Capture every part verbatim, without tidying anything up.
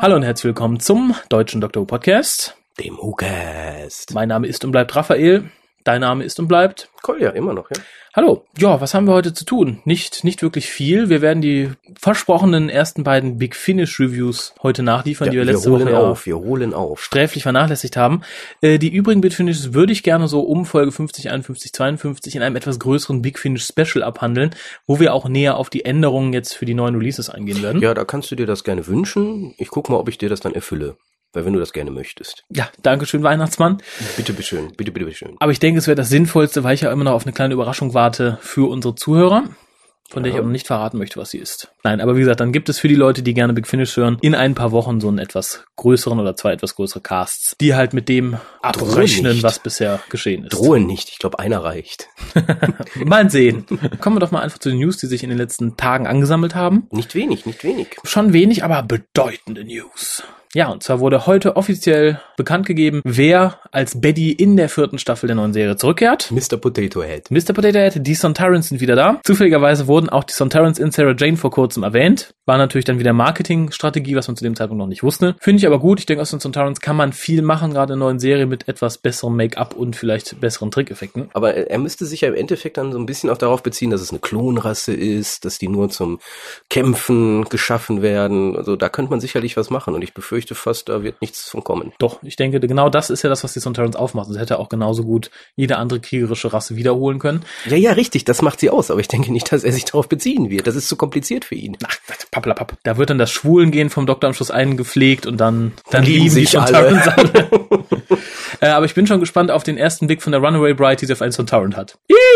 Hallo und herzlich willkommen zum Deutschen Doktor Who Podcast. Dem Who-Cast. Mein Name ist und bleibt Raphael. Dein Name ist und bleibt? Kolja, immer noch, ja. Hallo. Ja, was haben wir heute zu tun? Nicht nicht wirklich viel. Wir werden die versprochenen ersten beiden Big Finish Reviews heute nachliefern, ja, die wir, wir letzte holen Woche auf, wir holen auf. sträflich vernachlässigt haben. Äh, die übrigen Big Finishes würde ich gerne so um Folge fünfzig, einundfünfzig, zweiundfünfzig in einem etwas größeren Big Finish Special abhandeln, wo wir auch näher auf die Änderungen jetzt für die neuen Releases eingehen werden. Ja, da kannst du dir das gerne wünschen. Ich guck mal, ob ich dir das dann erfülle. Weil wenn du das gerne möchtest. Ja, dankeschön, Weihnachtsmann. Bitte, bitte schön, bitte, bitte, bitte schön. Aber ich denke, es wäre das Sinnvollste, weil ich ja immer noch auf eine kleine Überraschung warte für unsere Zuhörer, von ja. der ich aber noch nicht verraten möchte, was sie ist. Nein, aber wie gesagt, dann gibt es für die Leute, die gerne Big Finish hören, in ein paar Wochen so einen etwas größeren oder zwei etwas größere Casts, die halt mit dem abrechnen, was bisher geschehen ist. Drohen nicht, ich glaube, einer reicht. Mal sehen. Kommen wir doch mal einfach zu den News, die sich in den letzten Tagen angesammelt haben. Nicht wenig, nicht wenig. Schon wenig, aber bedeutende News. Ja, und zwar wurde heute offiziell bekannt gegeben, wer als Betty in der vierten Staffel der neuen Serie zurückkehrt. Mister Potato Head. Mister Potato Head, die Sontarans sind wieder da. Zufälligerweise wurden auch die Sontarans in Sarah Jane vor kurzem erwähnt. War natürlich dann wieder Marketingstrategie, was man zu dem Zeitpunkt noch nicht wusste. Finde ich aber gut. Ich denke, aus den Sontarans kann man viel machen, gerade in der neuen Serie mit etwas besserem Make-up und vielleicht besseren Trickeffekten. Aber er müsste sich ja im Endeffekt dann so ein bisschen auch darauf beziehen, dass es eine Klonrasse ist, dass die nur zum Kämpfen geschaffen werden. Also da könnte man sicherlich was machen und ich befürchte fast, da wird nichts von kommen. Doch, ich denke, genau das ist ja das, was die Sontarans aufmacht. Das hätte auch genauso gut jede andere kriegerische Rasse wiederholen können. Ja, ja, richtig, das macht sie aus, aber ich denke nicht, dass er sich darauf beziehen wird. Das ist zu kompliziert für ihn. Ach, pappelapapp. Da wird dann das Schwulengehen vom Doktor am Schluss eingepflegt und dann, dann lieben lieben sich die Sontarans alle. äh, aber ich bin schon gespannt auf den ersten Blick von der Runaway Bride, die sie auf einen Sontaran hat.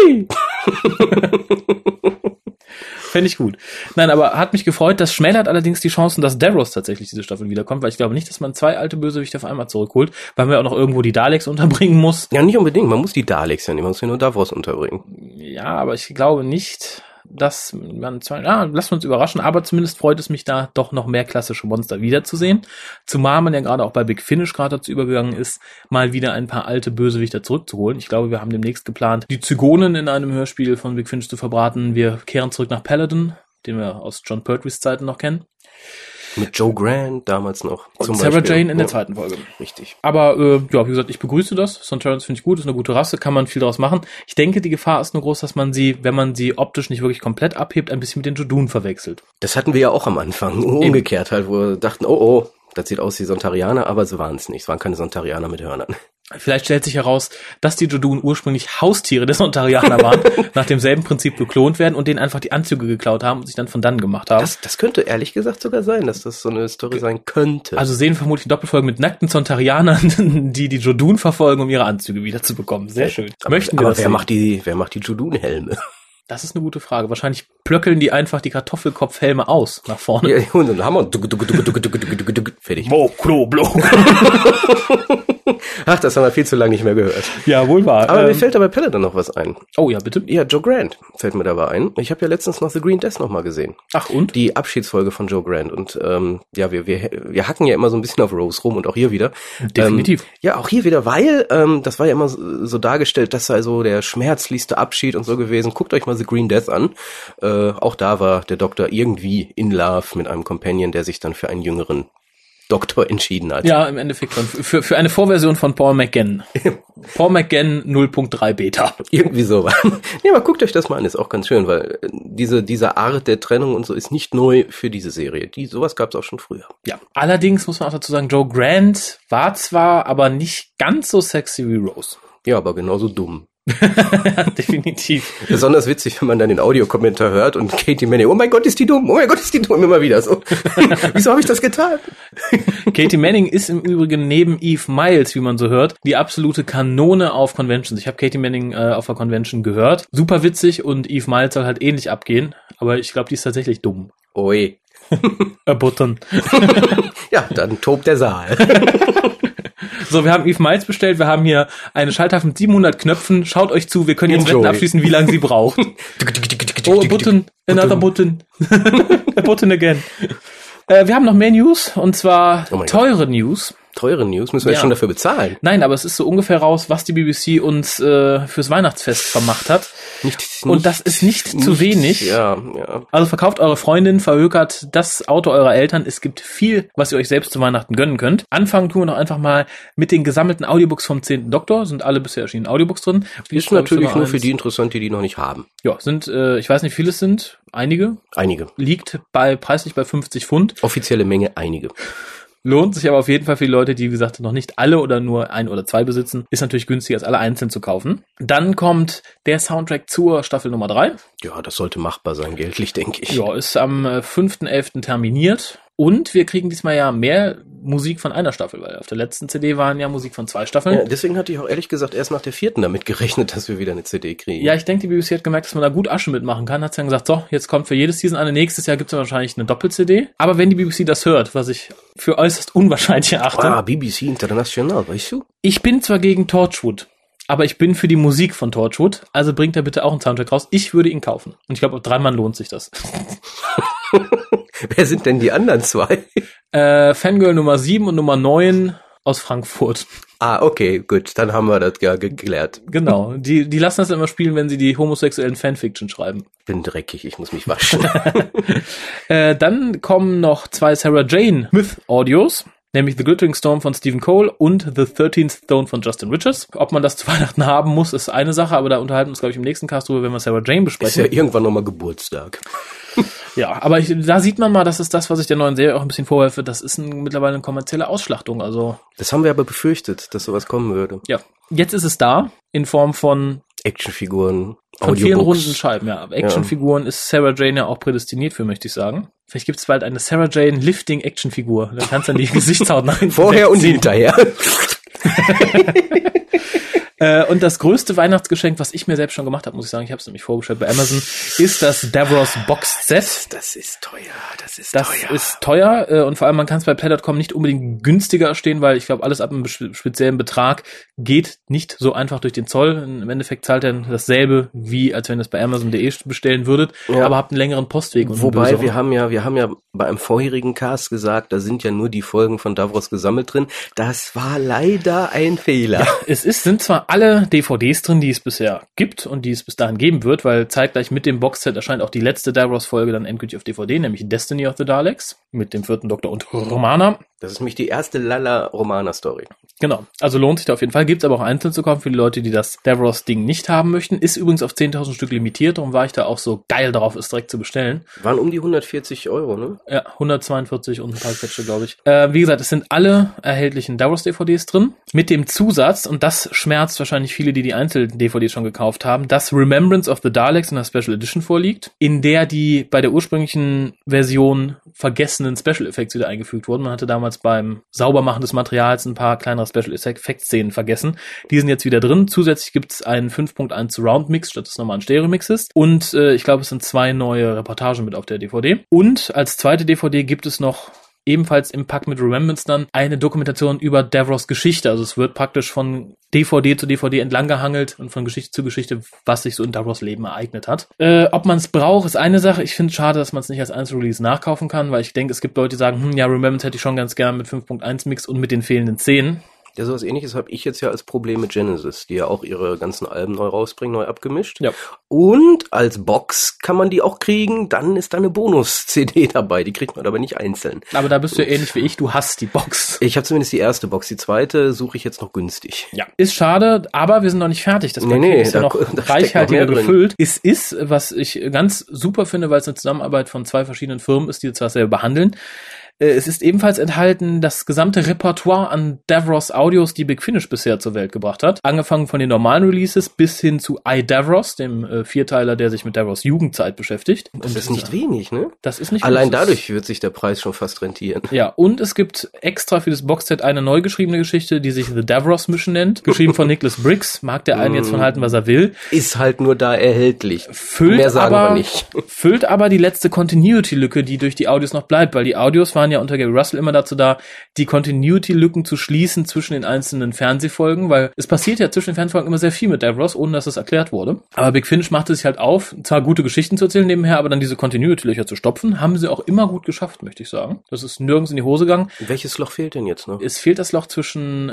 Fände ich gut. Nein, aber hat mich gefreut. Das schmälert allerdings die Chancen, dass Davros tatsächlich diese Staffel wiederkommt, weil ich glaube nicht, dass man zwei alte Bösewichte auf einmal zurückholt, weil man ja auch noch irgendwo die Daleks unterbringen muss. Ja, nicht unbedingt. Man muss die Daleks ja nicht, man muss ja nur Davros unterbringen. Ja, aber ich glaube nicht, dass man zwei, ja, lassen wir uns überraschen, aber zumindest freut es mich da, doch noch mehr klassische Monster wiederzusehen. Zumal man ja gerade auch bei Big Finish gerade dazu übergegangen ist, mal wieder ein paar alte Bösewichter zurückzuholen. Ich glaube, wir haben demnächst geplant, die Zygonen in einem Hörspiel von Big Finish zu verbraten. Wir kehren zurück nach Paladin, den wir aus John Pertwees Zeiten noch kennen. Mit Joe Grant damals noch. Und Sarah Beispiel. Jane in der ja. zweiten Folge. Richtig. Aber äh, ja, wie gesagt, ich begrüße das. Sontarans finde ich gut, ist eine gute Rasse, kann man viel draus machen. Ich denke, die Gefahr ist nur groß, dass man sie, wenn man sie optisch nicht wirklich komplett abhebt, ein bisschen mit den Jodun verwechselt. Das hatten wir ja auch am Anfang. Umgekehrt halt, wo wir dachten, oh oh, das sieht aus wie Sontarianer, aber sie waren es nicht. Es waren keine Sontarianer mit Hörnern. Vielleicht stellt sich heraus, dass die Jodun ursprünglich Haustiere der Sontarianer waren, nach demselben Prinzip geklont werden und denen einfach die Anzüge geklaut haben und sich dann von dann gemacht haben. Das, das könnte ehrlich gesagt sogar sein, dass das so eine Story sein könnte. Also sehen vermutlich Doppelfolgen mit nackten Sontarianern, die die Jodun verfolgen, um ihre Anzüge wiederzubekommen. Sehr schön. Aber, Möchten wir aber das wer sehen? macht die, wer macht die Jodun-Helme? Das ist eine gute Frage. Wahrscheinlich plöckeln die einfach die Kartoffelkopfhelme aus nach vorne. Ja, und dann haben wir fertig. Wow, Klo, Blo. Ach, das haben wir viel zu lange nicht mehr gehört. Ja, wohl wahr. Aber ähm, mir fällt dabei Paladin noch was ein. Oh ja, bitte. Ja, Joe Grant fällt mir dabei ein. Ich habe ja letztens noch The Green Death nochmal gesehen. Ach und? Die Abschiedsfolge von Joe Grant. Und ähm, ja, wir, wir wir hacken ja immer so ein bisschen auf Rose rum und auch hier wieder. Definitiv. Ähm, ja, auch hier wieder, weil ähm, das war ja immer so, so dargestellt, das sei so der schmerzlichste Abschied und so gewesen. Guckt euch mal The Green Death an. Äh, auch da war der Doktor irgendwie in Love mit einem Companion, der sich dann für einen jüngeren Doktor entschieden hat. Ja, im Endeffekt für für eine Vorversion von Paul McGann. Paul McGann null Punkt drei Beta. Irgendwie so. Nee, aber guckt euch das mal an, ist auch ganz schön, weil diese diese Art der Trennung und so ist nicht neu für diese Serie. Die sowas gab es auch schon früher. Ja, allerdings muss man auch dazu sagen, Joe Grant war zwar, aber nicht ganz so sexy wie Rose. Ja, aber genauso dumm. Definitiv. Besonders witzig, wenn man dann den Audiokommentar hört und Katie Manning, oh mein Gott, ist die dumm, oh mein Gott, ist die dumm, immer wieder so. Wieso habe ich das getan? Katie Manning ist im Übrigen neben Eve Miles, wie man so hört, die absolute Kanone auf Conventions. Ich habe Katie Manning äh, auf der Convention gehört. Super witzig und Eve Miles soll halt ähnlich abgehen, aber ich glaube, die ist tatsächlich dumm. Oi. Erbuttern. Ja, dann tobt der Saal. So, wir haben Eve Miles bestellt, wir haben hier eine Schalttafel mit siebenhundert Knöpfen. Schaut euch zu, wir können jetzt Wetten abschließen, wie lange sie braucht. Oh, a button, another button. A button again. Äh, wir haben noch mehr News, und zwar oh teure Gott. News. Teure News, müssen wir Ja. jetzt schon dafür bezahlen. Nein, aber es ist so ungefähr raus, was die B B C uns äh, fürs Weihnachtsfest vermacht hat. Nicht, Und nicht, das ist nicht, nicht zu wenig. Ja, ja. Also verkauft eure Freundin, verhökert das Auto eurer Eltern. Es gibt viel, was ihr euch selbst zu Weihnachten gönnen könnt. Anfangen tun wir noch einfach mal mit den gesammelten Audiobooks vom zehnten Doktor. Sind alle bisher erschienen Audiobooks drin. Ist natürlich nur für die interessant, die die noch nicht haben. Ja, sind, äh, ich weiß nicht, viele es sind. Einige. Einige. Liegt bei preislich bei fünfzig Pfund. Offizielle Menge, einige. Lohnt sich aber auf jeden Fall für die Leute, die, wie gesagt, noch nicht alle oder nur ein oder zwei besitzen. Ist natürlich günstiger, als alle einzeln zu kaufen. Dann kommt der Soundtrack zur Staffel Nummer drei. Ja, das sollte machbar sein, geltlich, denke ich. Ja, ist am fünften elften terminiert. Und wir kriegen diesmal ja mehr Musik von einer Staffel, weil auf der letzten C D waren ja Musik von zwei Staffeln. Ja, deswegen hatte ich auch ehrlich gesagt erst nach der vierten damit gerechnet, dass wir wieder eine C D kriegen. Ja, ich denke, die B B C hat gemerkt, dass man da gut Asche mitmachen kann. Hat dann gesagt, so, jetzt kommt für jedes Season eine. Nächstes Jahr gibt es wahrscheinlich eine Doppel-C D. Aber wenn die B B C das hört, was ich für äußerst unwahrscheinlich erachte. Ah, B B C International, weißt du? Ich bin zwar gegen Torchwood, aber ich bin für die Musik von Torchwood. Also bringt er bitte auch einen Soundtrack raus. Ich würde ihn kaufen. Und ich glaube, auf drei Mann lohnt sich das. Wer sind denn die anderen zwei? Äh, Fangirl Nummer sieben und Nummer neun aus Frankfurt. Ah, okay, gut, dann haben wir das ja geklärt. Genau, die die lassen das immer spielen, wenn sie die homosexuellen Fanfiction schreiben. Bin dreckig, ich muss mich waschen. äh, dann kommen noch zwei Sarah Jane Myth Audios, nämlich The Glittering Storm von Stephen Cole und The thirteenth Stone von Justin Richards. Ob man das zu Weihnachten haben muss, ist eine Sache, aber da unterhalten wir uns, glaube ich, im nächsten Cast drüber, wenn wir Sarah Jane besprechen. Ist ja irgendwann nochmal Geburtstag. Ja, aber ich, da sieht man mal, das ist das, was ich der neuen Serie auch ein bisschen vorwerfe. Das ist ein, mittlerweile eine kommerzielle Ausschlachtung. Also Das haben wir aber befürchtet, dass sowas kommen würde. ja, jetzt ist es da in Form von Actionfiguren, Von vielen Audiobooks. runden Scheiben, ja. Actionfiguren ist Sarah Jane ja auch prädestiniert für, möchte ich sagen. Vielleicht gibt es bald eine Sarah Jane Lifting Actionfigur. Da kannst du dann die Gesichtshaut nach hinten Vorher und wegziehen. hinterher. Äh, und das größte Weihnachtsgeschenk, was ich mir selbst schon gemacht habe, muss ich sagen, ich habe es nämlich vorgestellt bei Amazon, ist das Davros Box Set. Das ist teuer, das ist Das teuer. ist teuer äh, und vor allem man kann es bei Play Punkt com nicht unbedingt günstiger erstehen, weil ich glaube, alles ab einem bes- speziellen Betrag geht nicht so einfach durch den Zoll. Im Endeffekt zahlt er dasselbe, wie als wenn ihr es bei Amazon Punkt de bestellen würdet, Ja. aber habt einen längeren Postweg. Und Wobei, böse- wir haben ja, wir haben ja bei einem vorherigen Cast gesagt, da sind ja nur die Folgen von Davros gesammelt drin. Das war leider ein Fehler. Es ist, sind zwar alle D V Ds drin, die es bisher gibt und die es bis dahin geben wird, weil zeitgleich mit dem Boxset erscheint auch die letzte Davros-Folge dann endgültig auf D V D, nämlich Destiny of the Daleks mit dem vierten Doktor und Romana. Das ist nämlich die erste Lala-Romana-Story. Genau, also lohnt sich da auf jeden Fall. Gibt's aber auch einzeln zu kaufen für die Leute, die das Davros-Ding nicht haben möchten. Ist übrigens auf zehntausend Stück limitiert, darum war ich da auch so geil drauf, es direkt zu bestellen. Waren um die hundertvierzig Euro, ne? Ja, hundertzweiundvierzig und ein paar Quetsche, glaube ich. Äh, wie gesagt, es sind alle erhältlichen Davros-D V Ds drin. Mit dem Zusatz, und das schmerzt wahrscheinlich viele, die die Einzel-D V Ds schon gekauft haben, dass Remembrance of the Daleks in der Special Edition vorliegt, in der die bei der ursprünglichen Version vergessenen Special Effects wieder eingefügt wurden. Man hatte damals beim Saubermachen des Materials ein paar kleinere Special Effects-Szenen vergessen. Die sind jetzt wieder drin. Zusätzlich gibt es einen fünf Punkt eins Surround-Mix statt des normalen Stereo-Mixes. Und äh, ich glaube, es sind zwei neue Reportagen mit auf der D V D. Und als zweite D V D gibt es noch ebenfalls im Pack mit Remembrance dann eine Dokumentation über Davros Geschichte. Also es wird praktisch von D V D zu D V D entlang gehangelt und von Geschichte zu Geschichte, was sich so in Davros Leben ereignet hat. Äh, ob man es braucht, ist eine Sache. Ich finde es schade, dass man es nicht als Einzelrelease nachkaufen kann, weil ich denke, es gibt Leute, die sagen, hm, ja, Remembrance hätte ich schon ganz gern mit fünf Punkt eins Mix und mit den fehlenden Szenen. Ja, sowas ähnliches habe ich jetzt ja als Problem mit Genesis, die ja auch ihre ganzen Alben neu rausbringen, neu abgemischt. Ja. Und als Box kann man die auch kriegen, dann ist da eine Bonus-C D dabei, die kriegt man aber nicht einzeln. Aber da bist du ja ähnlich wie ich, du hast die Box. Ich habe zumindest die erste Box, die zweite suche ich jetzt noch günstig. Ja. Ist schade, aber wir sind noch nicht fertig. Das Nee, Paket nee, ist ja da- noch da steckt noch reichhaltiger mehr drin. gefüllt. Es ist, was ich ganz super finde, weil es eine Zusammenarbeit von zwei verschiedenen Firmen ist, die zwar selber behandeln. Äh, Es ist ebenfalls enthalten das gesamte Repertoire an Davros Audios, die Big Finish bisher zur Welt gebracht hat. Angefangen von den normalen Releases bis hin zu iDavros, dem äh, Vierteiler, der sich mit Davros Jugendzeit beschäftigt. Das Und ist nicht wenig, ne? Das ist nicht Allein wenig. dadurch wird sich der Preis schon fast rentieren. Ja, und es gibt extra für das Boxset eine neu geschriebene Geschichte, die sich The Davros Mission nennt. Geschrieben von Nicholas Briggs. Mag der einen jetzt von halten, was er will. Ist halt nur da erhältlich. Füllt Mehr sagen aber, wir nicht. füllt aber die letzte Continuity-Lücke, die durch die Audios noch bleibt, weil die Audios waren waren ja unter Gary Russell immer dazu da, die Continuity-Lücken zu schließen zwischen den einzelnen Fernsehfolgen, weil es passiert ja zwischen den Fernsehfolgen immer sehr viel mit Davros, ohne dass es erklärt wurde. Aber Big Finish machte sich halt auf, zwar gute Geschichten zu erzählen nebenher, aber dann diese Continuity-Löcher zu stopfen, haben sie auch immer gut geschafft, möchte ich sagen. Das ist nirgends in die Hose gegangen. Welches Loch fehlt denn jetzt noch? Es fehlt das Loch zwischen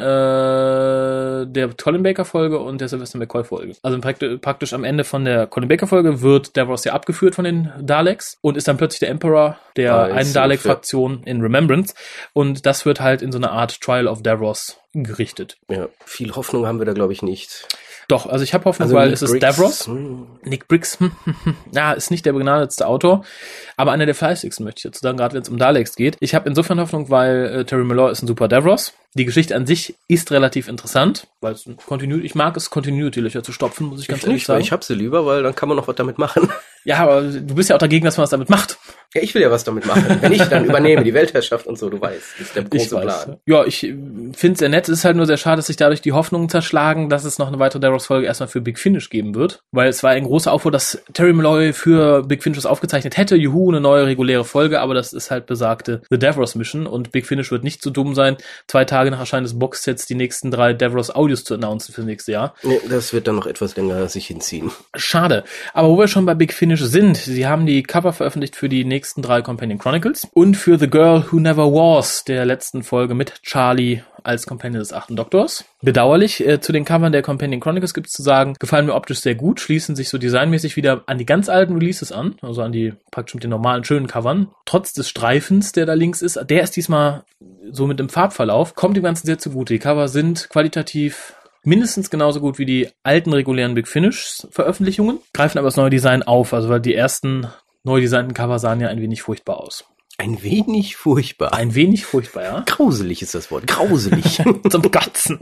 äh, der Colin Baker-Folge und der Sylvester McCoy-Folge. Also praktisch, praktisch am Ende von der Colin Baker-Folge wird Davros ja abgeführt von den Daleks und ist dann plötzlich der Emperor der ah, einen Dalek-Fraktion in Remembrance. Und das wird halt in so einer Art Trial of Davros gerichtet. Ja, viel Hoffnung haben wir da, glaube ich, nicht. Doch, also ich habe Hoffnung, also weil Nick es ist Briggs. Davros. Hm. Nick Briggs, ja, ist nicht der begnadetste Autor, aber einer der fleißigsten, möchte ich dazu sagen, gerade wenn es um Daleks geht. Ich habe insofern Hoffnung, weil äh, Terry Malloy ist ein super Davros. Die Geschichte an sich ist relativ interessant, weil es Continuity, ich mag es, Continuity-Löcher zu stopfen, muss ich ganz ich ehrlich nicht, sagen. Ich habe sie lieber, weil dann kann man noch was damit machen. Ja, aber du bist ja auch dagegen, dass man was damit macht. Ja, ich will ja was damit machen. Wenn ich dann übernehme, die Weltherrschaft und so, du weißt, das ist der große ich weiß. Plan. Ja, ich finde es sehr nett. Es ist halt nur sehr schade, dass sich dadurch die Hoffnungen zerschlagen, dass es noch eine weitere Davros-Folge erstmal für Big Finish geben wird. Weil es war ein großer Aufruhr, dass Terry Malloy für Big Finish was aufgezeichnet hätte. Juhu, eine neue reguläre Folge, aber das ist halt besagte The Davros Mission und Big Finish wird nicht so dumm sein, zwei Tage nach Erscheinen des Boxsets die nächsten drei Davros Audios zu announcen fürs nächste Jahr. Nee, das wird dann noch etwas länger sich hinziehen. Schade. Aber wo wir schon bei Big Finish sind, sie haben die Cover veröffentlicht für die nächsten drei Companion Chronicles und für The Girl Who Never Was, der letzten Folge mit Charlie als Companion des achten Doktors. Bedauerlich, äh, zu den Covern der Companion Chronicles gibt es zu sagen, gefallen mir optisch sehr gut, schließen sich so designmäßig wieder an die ganz alten Releases an, also an die praktisch mit den normalen schönen Covern. Trotz des Streifens, der da links ist, der ist diesmal so mit dem Farbverlauf, kommt dem Ganzen sehr zugute. Die Cover sind qualitativ mindestens genauso gut wie die alten regulären Big Finish Veröffentlichungen, greifen aber das neue Design auf, also weil die ersten neu designten Cover sahen ja ein wenig furchtbar aus. Ein wenig furchtbar. Ein wenig furchtbar, ja. Grauselig ist das Wort. Grauselig. Zum Kotzen.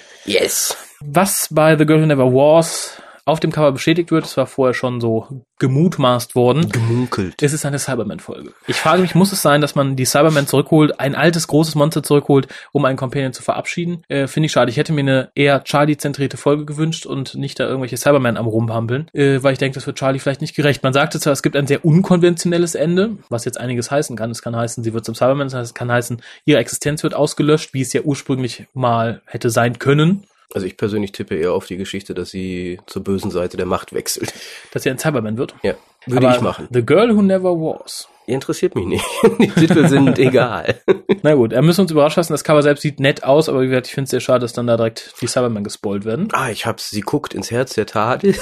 Yes. Was bei The Girl Who Never Was auf dem Cover bestätigt wird, es war vorher schon so gemutmaßt worden. Gemunkelt. Es ist eine Cyberman-Folge. Ich frage mich, muss es sein, dass man die Cyberman zurückholt, ein altes, großes Monster zurückholt, um einen Companion zu verabschieden? Äh, Finde ich schade. Ich hätte mir eine eher Charlie-zentrierte Folge gewünscht und nicht da irgendwelche Cybermen am Rumhampeln, äh, weil ich denke, das wird Charlie vielleicht nicht gerecht. Man sagte zwar, es gibt ein sehr unkonventionelles Ende, was jetzt einiges heißen kann. Es kann heißen, sie wird zum Cyberman, das heißt, es kann heißen, ihre Existenz wird ausgelöscht, wie es ja ursprünglich mal hätte sein können. Also ich persönlich tippe eher auf die Geschichte, dass sie zur bösen Seite der Macht wechselt. Dass sie ein Cyberman wird? Ja, würde Aber ich machen. The Girl Who Never Was. Interessiert mich nicht. Die Titel sind egal. Na gut, er müssen uns überraschen lassen. Das Cover selbst sieht nett aus, aber wie gesagt, ich finde es sehr schade, dass dann da direkt die Cybermen gespoilt werden. Ah, ich hab's. Sie guckt ins Herz der Tadel,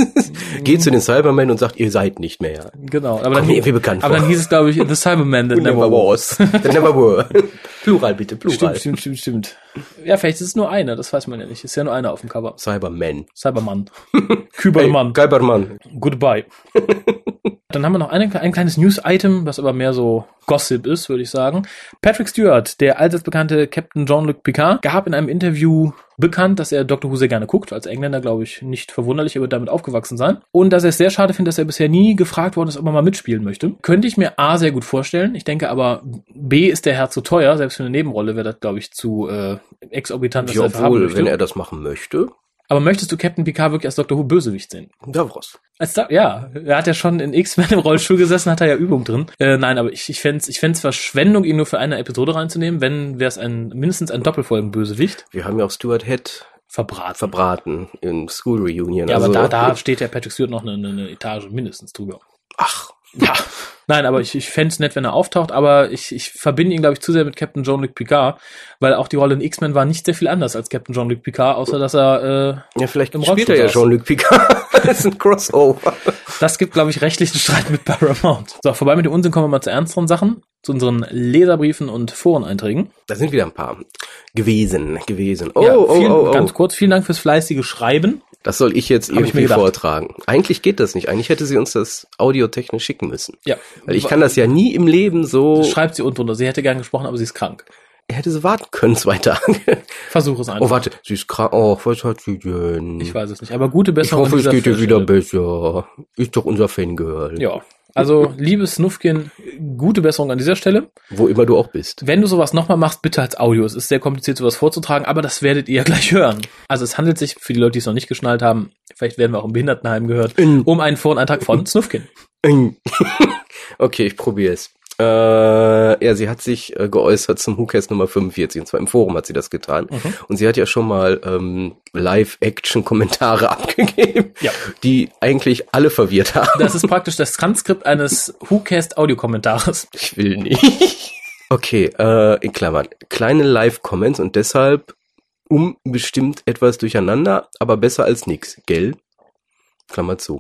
geht zu den Cybermen und sagt, ihr seid nicht mehr. Genau. Aber Kommt dann, mir bekannt aber vor. dann hieß es, glaube ich, The Cybermen that never was. That never were. Plural bitte, Plural. Stimmt, stimmt, stimmt, stimmt. Ja, vielleicht ist es nur eine, das weiß man ja nicht. Ist ja nur einer auf dem Cover. Cyberman. Cybermann. Kübermann. Hey, Cybermann. Goodbye. Dann haben wir noch eine, ein kleines News-Item, was aber mehr so Gossip ist, würde ich sagen. Patrick Stewart, der allseits bekannte Captain Jean-Luc Picard, gab in einem Interview bekannt, dass er Doctor Who sehr gerne guckt. Als Engländer, glaube ich, nicht verwunderlich, er wird damit aufgewachsen sein. Und dass er es sehr schade findet, dass er bisher nie gefragt worden ist, ob er mal mitspielen möchte. Könnte ich mir A, sehr gut vorstellen. Ich denke aber, B, ist der Herr zu teuer. Selbst für eine Nebenrolle wäre das, glaube ich, zu äh, exorbitant. Ja, obwohl, wenn er das machen möchte. Aber möchtest du Captain Picard wirklich als Doctor Who Bösewicht sehen? Davros. Als da, ja, er hat ja schon in X-Men im Rollstuhl gesessen, hat er ja Übung drin. Äh, nein, aber ich, ich fände es ich fänd's Verschwendung, ihn nur für eine Episode reinzunehmen, wenn wäre es ein mindestens ein Doppelfolgen-Bösewicht. Wir haben ja auch Stuart Head verbraten. verbraten in School Reunion. Ja, also, aber da, da steht ja Patrick Stewart noch eine, eine Etage mindestens drüber. Ach. Ja. Nein, aber ich, ich fände es nett, wenn er auftaucht, aber ich, ich verbinde ihn, glaube ich, zu sehr mit Captain Jean-Luc Picard, weil auch die Rolle in X-Men war nicht sehr viel anders als Captain Jean-Luc Picard, außer dass er äh, ja, vielleicht im spielt er ja Jean-Luc Picard. Das ist ein Crossover. Das gibt, glaube ich, rechtlichen Streit mit Paramount. So, vorbei mit dem Unsinn, kommen wir mal zu ernsteren Sachen, zu unseren Leserbriefen und Foreneinträgen. Da sind wieder ein paar gewesen, gewesen. Oh, ja, oh, vielen, oh, oh. Ganz kurz, vielen Dank fürs fleißige Schreiben. Das soll ich jetzt irgendwie vortragen. Eigentlich geht das nicht. Eigentlich hätte sie uns das audiotechnisch schicken müssen. Ja. Weil ich kann das ja nie im Leben so... Das schreibt sie unten drunter. Sie hätte gern gesprochen, aber sie ist krank. Er hätte sie warten können, zwei Tage. Versuch es einfach. Oh, warte, sie ist krank. Oh, was hat sie denn? Ich weiß es nicht. Aber gute Besserung. Ich hoffe, es geht ihr wieder besser. Ist doch unser Fangirl. Ja. Also, liebes Snufkin, gute Besserung an dieser Stelle. Wo immer du auch bist. Wenn du sowas nochmal machst, bitte als Audio. Es ist sehr kompliziert, sowas vorzutragen, aber das werdet ihr ja gleich hören. Also es handelt sich, für die Leute, die es noch nicht geschnallt haben, vielleicht werden wir auch im Behindertenheim gehört, um einen Foreneintrag von Snufkin. Okay, ich probiere es. Äh, ja, sie hat sich äh, geäußert zum WhoCast Nummer fünfundvierzig, und zwar im Forum hat sie das getan. Mhm. Und sie hat ja schon mal ähm, Live-Action-Kommentare abgegeben, ja. die eigentlich alle verwirrt haben. Das ist praktisch das Transkript eines WhoCast-Audiokommentares. Ich will nicht. Okay, äh, in Klammern. Kleine Live-Comments und deshalb unbestimmt etwas durcheinander, aber besser als nix, gell? Klammer zu.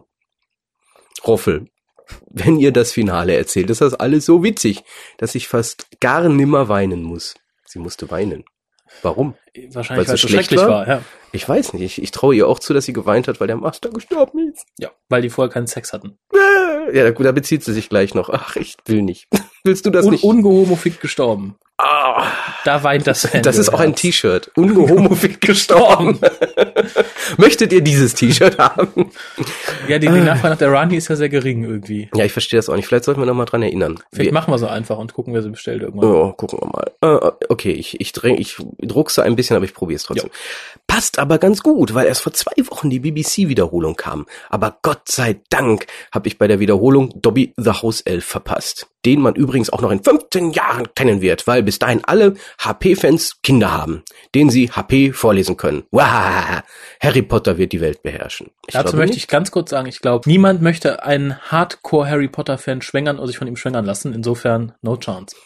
Roffel. Wenn ihr das Finale erzählt, ist das alles so witzig, dass ich fast gar nimmer weinen muss. Sie musste weinen. Warum? Wahrscheinlich, weil es so schrecklich war. war ja. Ich weiß nicht. Ich, ich traue ihr auch zu, dass sie geweint hat, weil der Master gestorben ist. Ja, weil die vorher keinen Sex hatten. Ja, gut, da bezieht sie sich gleich noch. Ach, ich will nicht. Willst du das Un- nicht? Ungehomophic gestorben. Ah, da weint das Fan. Das ist auch ein T-Shirt. Ungehomophic gestorben. Möchtet ihr dieses T-Shirt haben? Ja, die, die Nachfrage nach der Rani ist ja sehr gering irgendwie. Ja, ich verstehe das auch nicht. Vielleicht sollten wir noch mal dran erinnern. Vielleicht wir machen wir so einfach und gucken, wer sie bestellt irgendwann. Oh, gucken wir mal. Uh, okay, ich ich dräng, ich druckse ein bisschen, aber ich probiere es trotzdem. Jo. Passt aber ganz gut, weil erst vor zwei Wochen die B B C-Wiederholung kam. Aber Gott sei Dank habe ich bei der Wiederholung Dobby the House Elf verpasst. Den man übrigens auch noch in fünfzehn Jahren kennen wird, weil bis dahin alle H P-Fans Kinder haben, denen sie H P vorlesen können. Wow, Harry Potter wird die Welt beherrschen. Ich Dazu möchte nicht. ich ganz kurz sagen, ich glaube, niemand möchte einen Hardcore-Harry Potter-Fan schwängern oder sich von ihm schwängern lassen. Insofern, no chance.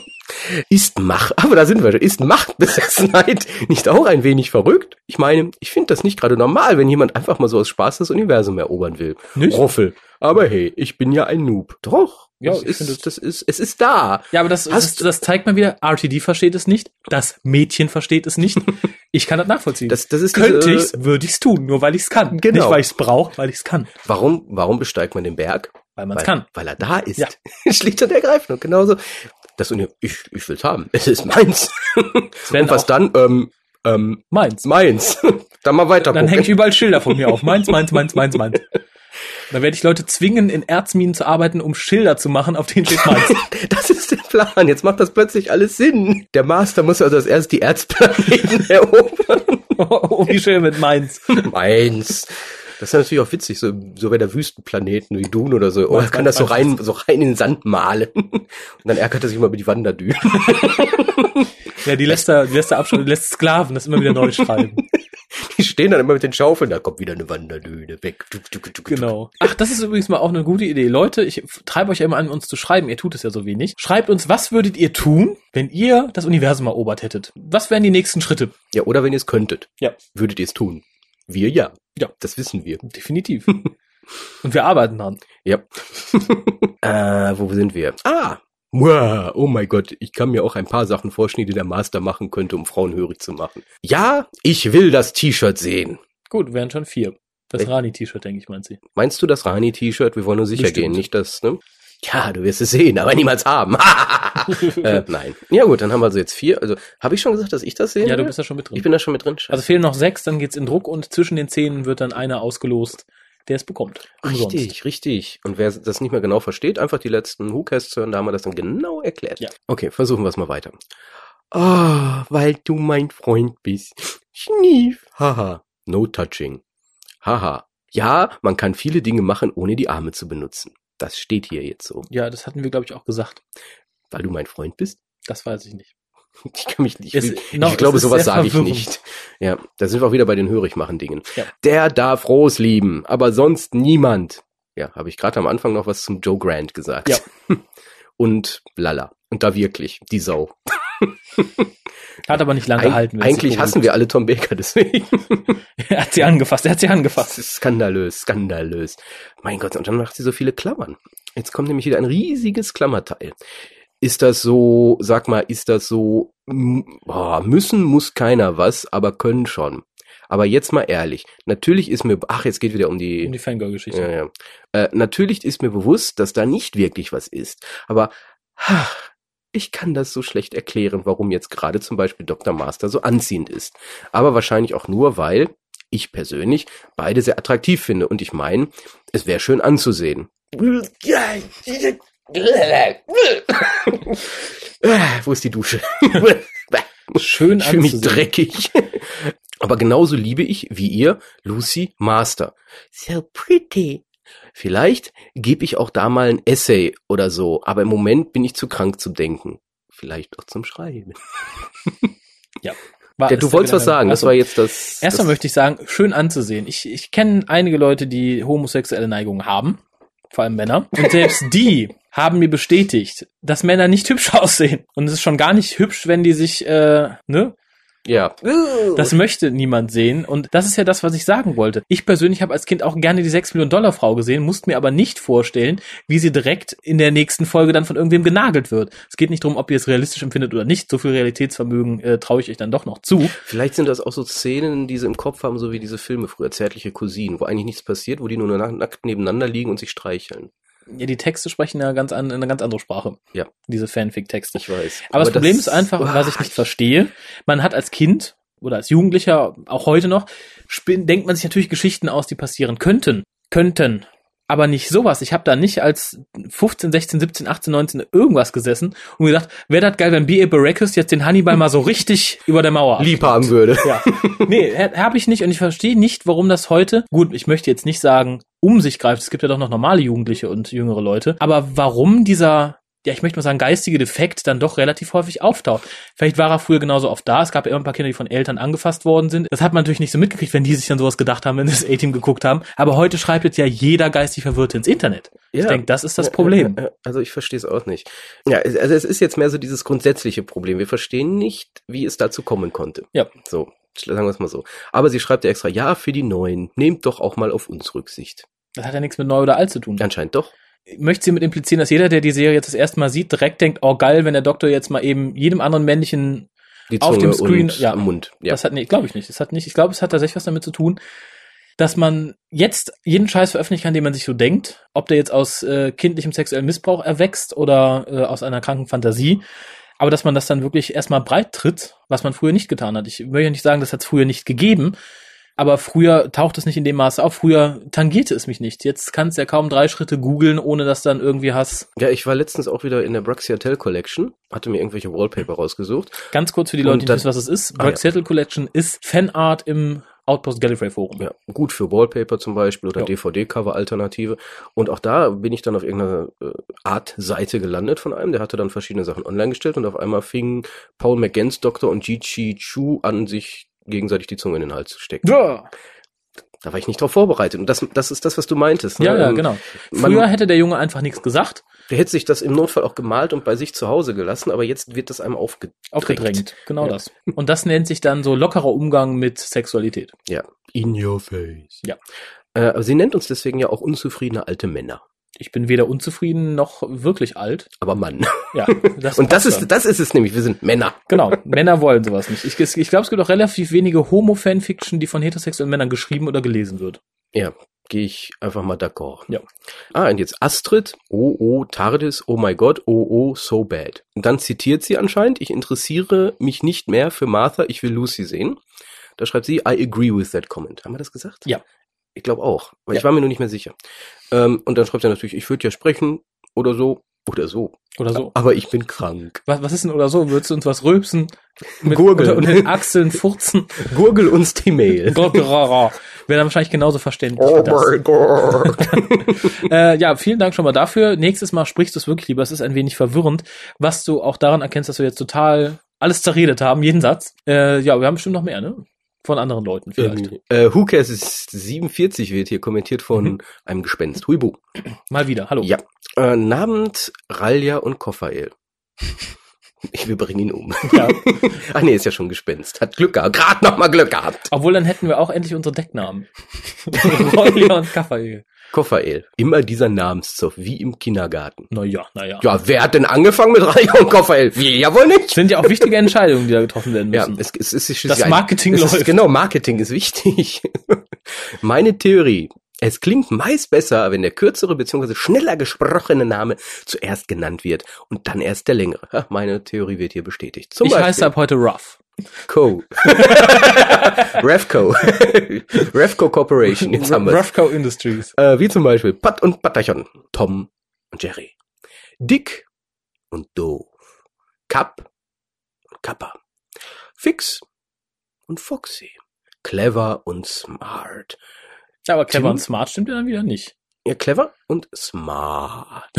Ist Macht, aber da sind wir schon, ist Machtbesessenheit nicht auch ein wenig verrückt? Ich meine, ich finde das nicht gerade normal, wenn jemand einfach mal so aus Spaß das Universum erobern will. Nicht? Roffel. Aber hey, ich bin ja ein Noob. Doch. Ja, das, ist, finde, das ist, es ist da. Ja, aber das, das, das zeigt mal wieder, R T D versteht es nicht, das Mädchen versteht es nicht. Ich kann das nachvollziehen. Das, das ist Könnte diese, ich's, würde ich's tun, nur weil ich's kann. Genau. Nicht, weil ich's brauche, weil ich's kann. Warum, warum besteigt man den Berg? Weil man's weil, kann. Weil er da ist. Ja. Schlicht und ergreifend. Und genauso, das Uni- ich, ich will's haben. Es ist meins. Und was dann? Ähm, ähm, meins. Meins. Dann mal weiter Dann gucken. hänge ich überall Schilder von mir auf. Meins, meins, meins, meins, meins. Dann werde ich Leute zwingen, in Erzminen zu arbeiten, um Schilder zu machen, auf denen steht meins. Das ist der Plan. Jetzt macht das plötzlich alles Sinn. Der Master muss also als erst die Erzplaneten erobern. Oh, wie schön mit meins. Meins. Das ist natürlich auch witzig, so, so bei der Wüstenplaneten wie Dune oder so. Oh, er kann das so rein, so rein in den Sand malen. Und dann ärgert er sich immer über die Wanderdünen. Ja, die lässt er, die lässt er abschreiben, die lässt Sklaven das immer wieder neu schreiben. Die stehen dann immer mit den Schaufeln, da kommt wieder eine Wanderdüne weg. Genau. Ach, das ist übrigens mal auch eine gute Idee. Leute, ich treibe euch ja immer an, uns zu schreiben. Ihr tut es ja so wenig. Schreibt uns, was würdet ihr tun, wenn ihr das Universum erobert hättet? Was wären die nächsten Schritte? Ja, oder wenn ihr es könntet. Ja. Würdet ihr es tun? Wir ja. Ja. Das wissen wir. Definitiv. Und wir arbeiten dran. Ja. äh, wo sind wir? Ah! Wow, oh mein Gott, ich kann mir auch ein paar Sachen vorstellen, die der Master machen könnte, um Frauen hörig zu machen. Ja, ich will das T-Shirt sehen. Gut, wären schon vier. Das Echt? Rani-T-Shirt, denke ich, meint sie. Meinst du das Rani-T-Shirt? Wir wollen nur sicher Bestimmt. gehen, nicht das, ne? Ja, du wirst es sehen, aber niemals haben. äh, nein. Ja gut, dann haben wir also jetzt vier. Also, habe ich schon gesagt, dass ich das sehe? Ja, du bist da schon mit drin. Ich bin da schon mit drin. Scheiße. Also fehlen noch sechs, dann geht's in Druck und zwischen den Zähnen wird dann einer ausgelost, der es bekommt. Umsonst. Richtig, richtig. Und wer das nicht mehr genau versteht, einfach die letzten WhoCasts hören, da haben wir das dann genau erklärt. Ja. Okay, versuchen wir es mal weiter. Ah, oh, weil du mein Freund bist. Schnief. Haha. No touching. Haha. Ja, man kann viele Dinge machen, ohne die Arme zu benutzen. Das steht hier jetzt so. Ja, das hatten wir, glaube ich, auch gesagt. Weil du mein Freund bist? Das weiß ich nicht. Ich kann mich nicht, Es, ich, no, ich glaube, sowas sage ich verwirrend. nicht. Ja, da sind wir auch wieder bei den Hörigmachen-Dingen. Ja. Der darf Rose lieben, aber sonst niemand. Ja, habe ich gerade am Anfang noch was zum Joe Grant gesagt. Ja. Und lala. Und da wirklich, die Sau. Hat aber nicht lange Eig- gehalten. Eigentlich hassen wir alle Tom Baker, deswegen. Er hat sie angefasst, er hat sie angefasst. Das ist skandalös, skandalös. Mein Gott, und dann macht sie so viele Klammern. Jetzt kommt nämlich wieder ein riesiges Klammerteil. Ist das so, sag mal, ist das so, m- boah, müssen muss keiner was, aber können schon. Aber jetzt mal ehrlich, natürlich ist mir, ach, jetzt geht wieder um die, Um die Fangirl-Geschichte. ja, ja. Äh, natürlich ist mir bewusst, dass da nicht wirklich was ist. Aber ha, ich kann das so schlecht erklären, warum jetzt gerade zum Beispiel Doktor Master so anziehend ist. Aber wahrscheinlich auch nur, weil ich persönlich beide sehr attraktiv finde. Und ich meine, es wäre schön anzusehen. Wo ist die Dusche? Schön Ich fühle mich anzusehen. dreckig. Aber genauso liebe ich, wie ihr, Lucy Master. So pretty. Vielleicht gebe ich auch da mal ein Essay oder so, aber im Moment bin ich zu krank zum Denken. Vielleicht auch zum Schreiben. Ja. War, ja, du wolltest was sagen, das also, war jetzt das... Erstmal das möchte ich sagen, schön anzusehen. Ich, ich kenne einige Leute, die homosexuelle Neigungen haben, vor allem Männer. Und selbst die haben mir bestätigt, dass Männer nicht hübsch aussehen. Und es ist schon gar nicht hübsch, wenn die sich, äh, ne? Ja. Das möchte niemand sehen. Und das ist ja das, was ich sagen wollte. Ich persönlich habe als Kind auch gerne die sechs Millionen Dollar Frau gesehen, musste mir aber nicht vorstellen, wie sie direkt in der nächsten Folge dann von irgendwem genagelt wird. Es geht nicht darum, ob ihr es realistisch empfindet oder nicht. So viel Realitätsvermögen äh, traue ich euch dann doch noch zu. Vielleicht sind das auch so Szenen, die sie im Kopf haben, so wie diese Filme früher, Zärtliche Cousinen, wo eigentlich nichts passiert, wo die nur nackt nebeneinander liegen und sich streicheln. Ja, die Texte sprechen ja ganz an, eine ganz andere Sprache. Ja. Diese Fanfic-Texte. Ich weiß. Aber, aber das Problem das, ist einfach, oh, was ich nicht verstehe, man hat als Kind oder als Jugendlicher, auch heute noch, spin- denkt man sich natürlich Geschichten aus, die passieren könnten. Könnten. Aber nicht sowas. Ich habe da nicht als fünfzehn, sechzehn, siebzehn, achtzehn, neunzehn irgendwas gesessen und gedacht, wäre das geil, wenn B A. Baracus jetzt den Hannibal mal so richtig über der Mauer lieb haben würde. Ja. Nee, habe ich nicht und ich verstehe nicht, warum das heute, gut, ich möchte jetzt nicht sagen, um sich greift, es gibt ja doch noch normale Jugendliche und jüngere Leute, aber warum dieser, ja, ich möchte mal sagen, geistige Defekt dann doch relativ häufig auftaucht. Vielleicht war er früher genauso oft da, es gab ja immer ein paar Kinder, die von Eltern angefasst worden sind. Das hat man natürlich nicht so mitgekriegt, wenn die sich dann sowas gedacht haben, wenn sie das A-Team geguckt haben. Aber heute schreibt jetzt ja jeder geistig Verwirrte ins Internet. Ja. Ich denke, das ist das Problem. Also ich verstehe es auch nicht. Ja, also es ist jetzt mehr so dieses grundsätzliche Problem. Wir verstehen nicht, wie es dazu kommen konnte. Ja. So, sagen wir es mal so. Aber sie schreibt ja extra, ja, für die Neuen, nehmt doch auch mal auf uns Rücksicht. Das hat ja nichts mit neu oder alt zu tun. Anscheinend doch. Möchte sie mit implizieren, dass jeder, der die Serie jetzt das erste Mal sieht, direkt denkt, oh geil, wenn der Doktor jetzt mal eben jedem anderen männlichen die auf Zunge dem Screen, und ja, am Mund. Ja. Das hat, nee, glaube ich nicht. Das hat nicht, ich glaube, es hat tatsächlich was damit zu tun, dass man jetzt jeden Scheiß veröffentlichen kann, den man sich so denkt, ob der jetzt aus äh, kindlichem sexuellem Missbrauch erwächst oder äh, aus einer kranken Fantasie. Aber dass man das dann wirklich erstmal breit tritt, was man früher nicht getan hat. Ich möchte ja nicht sagen, das hat es früher nicht gegeben, aber früher taucht es nicht in dem Maße auf. Früher tangierte es mich nicht. Jetzt kannst du ja kaum drei Schritte googeln, ohne dass dann irgendwie hast. Ja, ich war letztens auch wieder in der Braxiatel Collection, hatte mir irgendwelche Wallpaper rausgesucht. Ganz kurz für die Leute, die nicht wissen, was es ist. Braxiatel ah, ja. Collection ist Fanart im Outpost Gallifrey Forum. Ja, gut für Wallpaper zum Beispiel oder jo. D V D-Cover-Alternative. Und auch da bin ich dann auf irgendeiner äh, Art Seite gelandet von einem. Der hatte dann verschiedene Sachen online gestellt und auf einmal fingen Paul McGanns Doktor und Ji-Chi Chu an, sich gegenseitig die Zunge in den Hals zu stecken. Ja. Da war ich nicht drauf vorbereitet. Und das, das ist das, was du meintest. Ne? Ja, ja, genau. Früher Man, hätte der Junge einfach nichts gesagt. Der hätte sich das im Notfall auch gemalt und bei sich zu Hause gelassen, aber jetzt wird das einem aufgedrängt. Aufgedrängt, genau ja. das. Und das nennt sich dann so lockerer Umgang mit Sexualität. Ja. In your face. Ja. Äh, sie nennt uns deswegen ja auch unzufriedene alte Männer. Ich bin weder unzufrieden noch wirklich alt. Aber Mann. Ja. Das und das ist, schon. das ist es nämlich. Wir sind Männer. Genau. Männer wollen sowas nicht. Ich, ich glaube, es gibt auch relativ wenige Homo-Fanfiction, die von heterosexuellen Männern geschrieben oder gelesen wird. Ja. Gehe ich einfach mal d'accord. Ja. Ah, und jetzt Astrid. Oh, oh, TARDIS. Oh my God. Oh, oh, so bad. Und dann zitiert sie anscheinend, ich interessiere mich nicht mehr für Martha, ich will Lucy sehen. Da schreibt sie, I agree with that comment. Haben wir das gesagt? Ja. Ich glaube auch, weil ja. ich war mir nur nicht mehr sicher. Ähm, und dann schreibt er natürlich, ich würde ja sprechen oder so, oder so. Oder so. Aber ich bin krank. Was, was ist denn oder so? Würdest du uns was rülpsen? Mit Gurgeln. Unter, unter den Achseln furzen? Gurgel uns die Mail. Wäre dann wahrscheinlich genauso verständlich. Oh mein Gott. äh, ja, vielen Dank schon mal dafür. Nächstes Mal sprichst du es wirklich lieber. Es ist ein wenig verwirrend, was du auch daran erkennst, dass wir jetzt total alles zerredet haben, jeden Satz. Äh, ja, wir haben bestimmt noch mehr, ne? Von anderen Leuten vielleicht. Äh, Who Cares ist siebenundvierzig wird hier kommentiert von mhm. einem Gespenst. Huibu. Mal wieder, hallo. Ja. Äh, Namens Ralja und Koffael. Ich will bringen ihn um. Ja. Ach nee, ist ja schon Gespenst. Hat Glück gehabt. Gerade noch mal Glück gehabt. Obwohl, dann hätten wir auch endlich unsere Decknamen. Ralja und Koffael. Koffael. Immer dieser Namenszoff, wie im Kindergarten. Naja, naja. Ja, wer hat denn angefangen mit Ralja und Koffael? Wir ja wohl nicht. Sind ja auch wichtige Entscheidungen, die da getroffen werden müssen. Ja, es, es, es ist das Marketing es läuft. Ist, genau, Marketing ist wichtig. Meine Theorie. Es klingt meist besser, wenn der kürzere bzw. schneller gesprochene Name zuerst genannt wird und dann erst der längere. Ja, meine Theorie wird hier bestätigt. Zum ich Beispiel, heiße ab heute Ruff. Co. Revco. Revco Corporation. Jetzt haben wir's. Revco Industries. Äh, wie zum Beispiel Pat und Patachon. Tom und Jerry. Dick und Doof. Cap und Kappa. Fix und Foxy. Clever und Smart. Ja, aber clever Tim? und smart stimmt ja dann wieder nicht. Ja, clever und smart.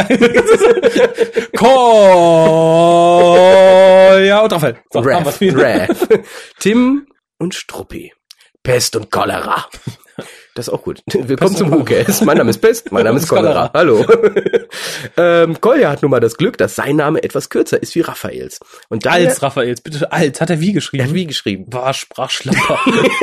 Call, ja, und Raphael. So, Raph, Raph. Tim und Struppi. Pest und Cholera. Das ist auch gut. Willkommen zum WhoCast. Mein Name ist Pest, mein Name ist Cholera. Hallo. ähm, Kolja hat nun mal das Glück, dass sein Name etwas kürzer ist wie Raphaels. Und daher, als Raphaels, bitte, als. Hat er wie geschrieben? Er hat wie geschrieben. War Sprachschlamper.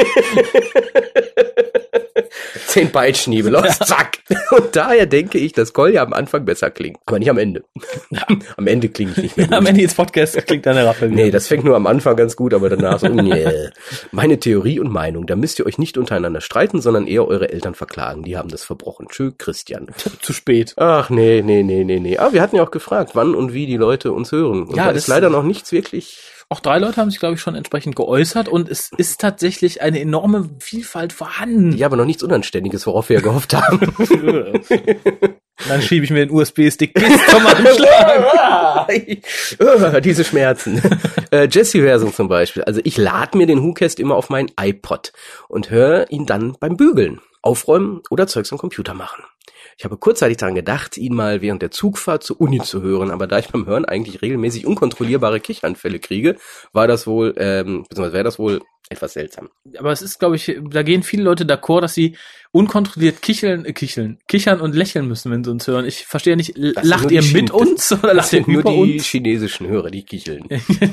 Zehn Beitschniebe, los, zack. Und daher denke ich, dass Kolja am Anfang besser klingt. Aber nicht am Ende. Am Ende klinge ich nicht mehr gut. Am Ende des Podcasts klingt dann der Raphael. Nee, das fängt nur am Anfang ganz gut, aber danach so, nee. Meine Theorie und Meinung, da müsst ihr euch nicht untereinander streiten, sondern eher eure Eltern verklagen. Die haben das verbrochen. Tschö, Christian. Zu spät. Ach, nee, nee, nee, nee, nee. Aber wir hatten ja auch gefragt, wann und wie die Leute uns hören. Und ja, da das ist leider noch nichts wirklich... Auch drei Leute haben sich, glaube ich, schon entsprechend geäußert und es ist tatsächlich eine enorme Vielfalt vorhanden. Ja, aber noch nichts Unanständiges, worauf wir gehofft haben. Dann schiebe ich mir den U S B-Stick bis zum Anschlag. Diese Schmerzen. äh, Jesse-Versum zum Beispiel. Also ich lade mir den WhoCast immer auf meinen iPod und höre ihn dann beim Bügeln, Aufräumen oder Zeugs am Computer machen. Ich habe kurzzeitig daran gedacht, ihn mal während der Zugfahrt zur Uni zu hören, aber da ich beim Hören eigentlich regelmäßig unkontrollierbare Kichanfälle kriege, war das wohl, ähm, beziehungsweise wäre das wohl etwas seltsam. Aber es ist, glaube ich, da gehen viele Leute d'accord, dass sie unkontrolliert kicheln, äh, kicheln, kichern und lächeln müssen, wenn sie uns hören. Ich verstehe nicht, Das lacht ihr mit Chin- uns oder lacht ihr nur über die uns? chinesischen Hörer, die kicheln.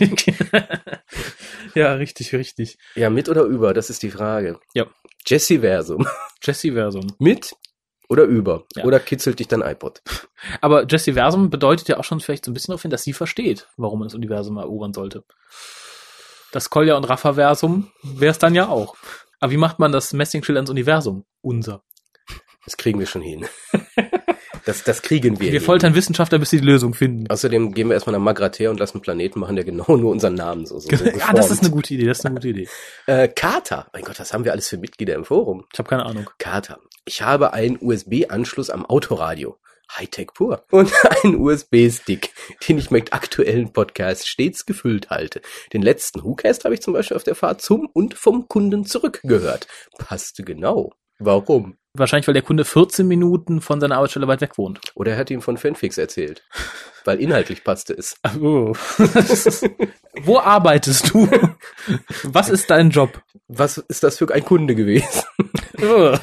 Ja, richtig, richtig. Ja, mit oder über, das ist die Frage. Ja. Jesse-Versum. Jesse-Versum. Mit oder über? Ja. Oder kitzelt dich dein iPod? Aber Jesse-Versum bedeutet ja auch schon vielleicht so ein bisschen darauf hin, dass sie versteht, warum man das Universum erobern sollte. Das Kolja und Rapha-Versum wäre es dann ja auch. Aber wie macht man das Messingschild ans Universum? Unser. Das kriegen wir schon hin. Das, das kriegen wir Wir hin. foltern Wissenschaftler, bis sie die Lösung finden. Außerdem gehen wir erstmal nach Magrather und lassen einen Planeten machen, der genau nur unseren Namen so, so, so Ja, das ist eine gute Idee, das ist eine gute Idee. Äh, Kater. Mein Gott, was haben wir alles für Mitglieder im Forum? Ich habe keine Ahnung. Kater. Ich habe einen U S B-Anschluss am Autoradio. Hightech pur. Und einen U S B-Stick, den ich mit aktuellen Podcasts stets gefüllt halte. Den letzten WhoCast habe ich zum Beispiel auf der Fahrt zum und vom Kunden zurückgehört. Passte genau. Warum? Wahrscheinlich, weil der Kunde vierzehn Minuten von seiner Arbeitsstelle weit weg wohnt. Oder er hat ihm von Fanfics erzählt. Weil inhaltlich passte es. Oh. Wo arbeitest du? Was ist dein Job? Was ist das für ein Kunde gewesen? Oh.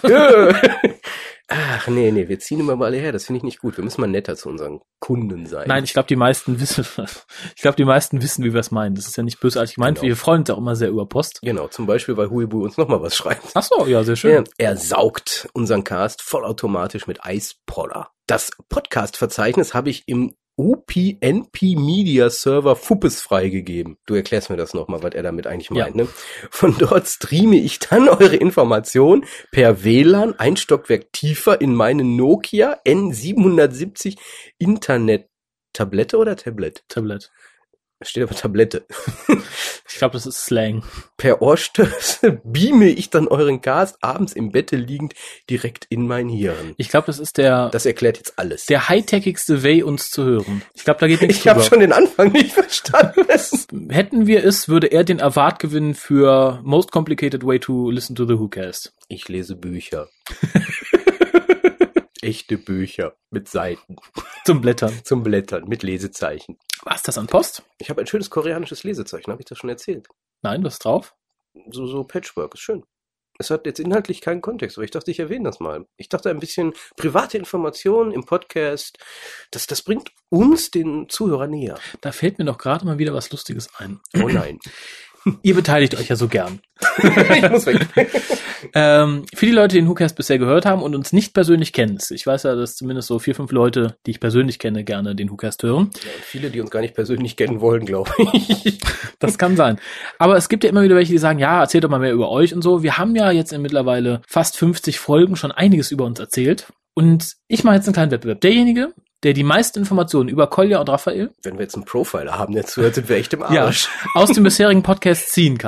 Ach, nee, nee, wir ziehen immer mal alle her. Das finde ich nicht gut. Wir müssen mal netter zu unseren Kunden sein. Nein, ich glaube, die meisten wissen, ich glaube, die meisten wissen, wie wir es meinen. Das ist ja nicht bösartig gemeint. Genau. Wir freuen uns auch immer sehr über Post. Genau, zum Beispiel, weil Huibu uns nochmal was schreibt. Ach so, ja, sehr schön. Er, er saugt unseren Cast vollautomatisch mit Eispoller. Das Podcast-Verzeichnis habe ich im U P N P Media Server Fuppes freigegeben. Du erklärst mir das nochmal, was er damit eigentlich meint. Ja. Ne? Von dort streame ich dann eure Informationen per W L A N ein Stockwerk tiefer in meine Nokia N siebenhundertsiebzig Internet-Tablette oder Tablet? Tablet. Da steht aber Tablette. Ich glaube, das ist Slang. Per Ohrstöße beame ich dann euren Cast abends im Bette liegend direkt in mein Hirn. Ich glaube, das ist der, Das erklärt jetzt alles. der high-techigste Way, uns zu hören. Ich glaube, da geht nichts ich habe drüber. schon den Anfang nicht verstanden. Hätten wir es, würde er den Award gewinnen für Most Complicated Way to Listen to the WhoCast. Ich lese Bücher. Echte Bücher mit Seiten Zum Blättern. zum Blättern mit Lesezeichen. Was, das an Post? Ich habe ein schönes koreanisches Lesezeichen, habe ich das schon erzählt? Nein, was drauf? So so Patchwork, ist schön. Es hat jetzt inhaltlich keinen Kontext, aber ich dachte, ich erwähne das mal. Ich dachte, ein bisschen private Informationen im Podcast, das, das bringt uns den Zuhörer näher. Da fällt mir doch gerade mal wieder was Lustiges ein. Oh nein. Ihr beteiligt euch ja so gern. Ich muss weg. Ähm, für die Leute, die den WhoCast bisher gehört haben und uns nicht persönlich kennen, ich weiß ja, dass zumindest so vier, fünf Leute, die ich persönlich kenne, gerne den WhoCast hören. Ja, und viele, die uns gar nicht persönlich kennen wollen, glaube ich. Das kann sein. Aber es gibt ja immer wieder welche, die sagen, ja, erzählt doch mal mehr über euch und so. Wir haben ja jetzt in mittlerweile fast fünfzig Folgen schon einiges über uns erzählt. Und ich mache jetzt einen kleinen Wettbewerb. Derjenige, der die meisten Informationen über Kolja und Raphael Wenn wir jetzt einen Profiler haben, der zuhört, sind wir echt im ja, Arsch. aus dem bisherigen Podcast ziehen kann,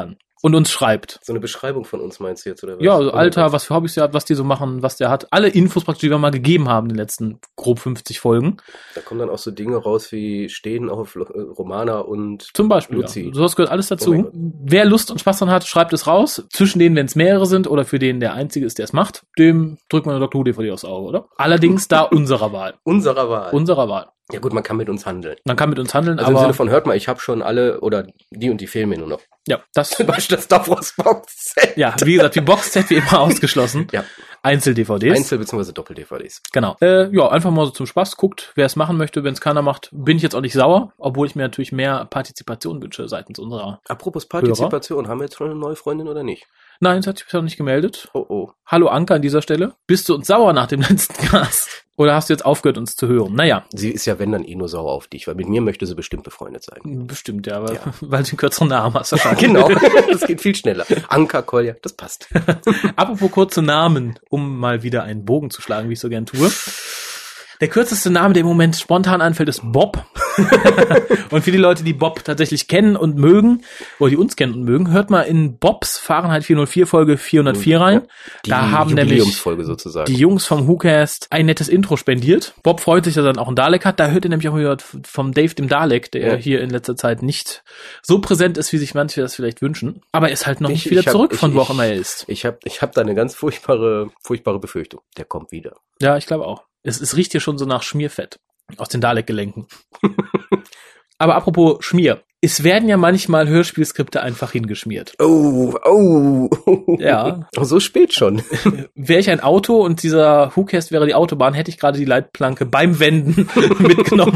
und uns schreibt. So eine Beschreibung von uns meinst du jetzt, oder was? Ja, also Alter, was für Hobbys der hat, was die so machen, was der hat. Alle Infos praktisch, die wir mal gegeben haben in den letzten grob fünfzig Folgen. Da kommen dann auch so Dinge raus wie stehen auf Romana und Zum Beispiel, Luzi. ja. Sowas gehört alles dazu. Oh Wer Lust und Spaß dran hat, schreibt es raus. Zwischen denen, wenn es mehrere sind oder für den der Einzige ist, der es macht, dem drückt man eine Doctor Who D V D aufs Auge, oder? Allerdings da unserer Wahl. Unserer Wahl. Unserer Wahl. Ja gut, man kann mit uns handeln. Man kann mit uns handeln, Also aber... im Sinne von, hört mal, ich habe schon alle, oder die und die fehlen mir nur noch. Ja, das... Zum Beispiel das Davros-Box-Set. Ja, wie gesagt, die Box-Set wie immer ausgeschlossen. Ja. Einzel-D V Ds. Einzel- bzw. Doppel-D V Ds. Genau. Äh, ja, einfach mal so zum Spaß. Guckt, wer es machen möchte. Wenn es keiner macht, bin ich jetzt auch nicht sauer, obwohl ich mir natürlich mehr Partizipation wünsche seitens unserer... Apropos Partizipation, Hörer. Haben wir jetzt schon eine neue Freundin oder nicht? Nein, es hat sich bisher noch nicht gemeldet. Oh oh. Hallo Anka an dieser Stelle. Bist du uns sauer nach dem letzten Cast? Oder hast du jetzt aufgehört, uns zu hören? Naja. Sie ist ja, wenn, dann eh nur sauer auf dich, weil mit mir möchte sie bestimmt befreundet sein. Bestimmt, ja, weil, Ja. weil du einen kürzeren Namen hast. wahrscheinlich. Genau, das geht viel schneller. Anka, Kolja, das passt. Apropos kurze Namen, um mal wieder einen Bogen zu schlagen, wie ich so gern tue. Der kürzeste Name, der im Moment spontan anfällt, ist Bob. Und für die Leute, die Bob tatsächlich kennen und mögen, oder die uns kennen und mögen, hört mal in Bobs Fahrenheit vierhundertvier Folge vierhundertvier rein. Die Da haben nämlich Jubiläumsfolge sozusagen. die Jungs vom WhoCast ein nettes Intro spendiert. Bob freut sich, dass er dann auch einen Dalek hat. Da hört ihr nämlich auch wieder vom Dave, dem Dalek, der Ja. hier in letzter Zeit nicht so präsent ist, wie sich manche das vielleicht wünschen. Aber er ist halt noch Ich- nicht wieder ich hab- zurück, ich- von wo ich- auch immer er ist. Ich habe ich hab da eine ganz furchtbare, furchtbare Befürchtung. Der kommt wieder. Ja, ich glaube auch. Es, es riecht hier schon so nach Schmierfett aus den Dalek-Gelenken. Aber apropos Schmier. Es werden ja manchmal Hörspielskripte einfach hingeschmiert. Oh, oh. Ja. So spät schon. Wäre ich ein Auto und dieser WhoCast wäre die Autobahn, hätte ich gerade die Leitplanke beim Wenden mitgenommen.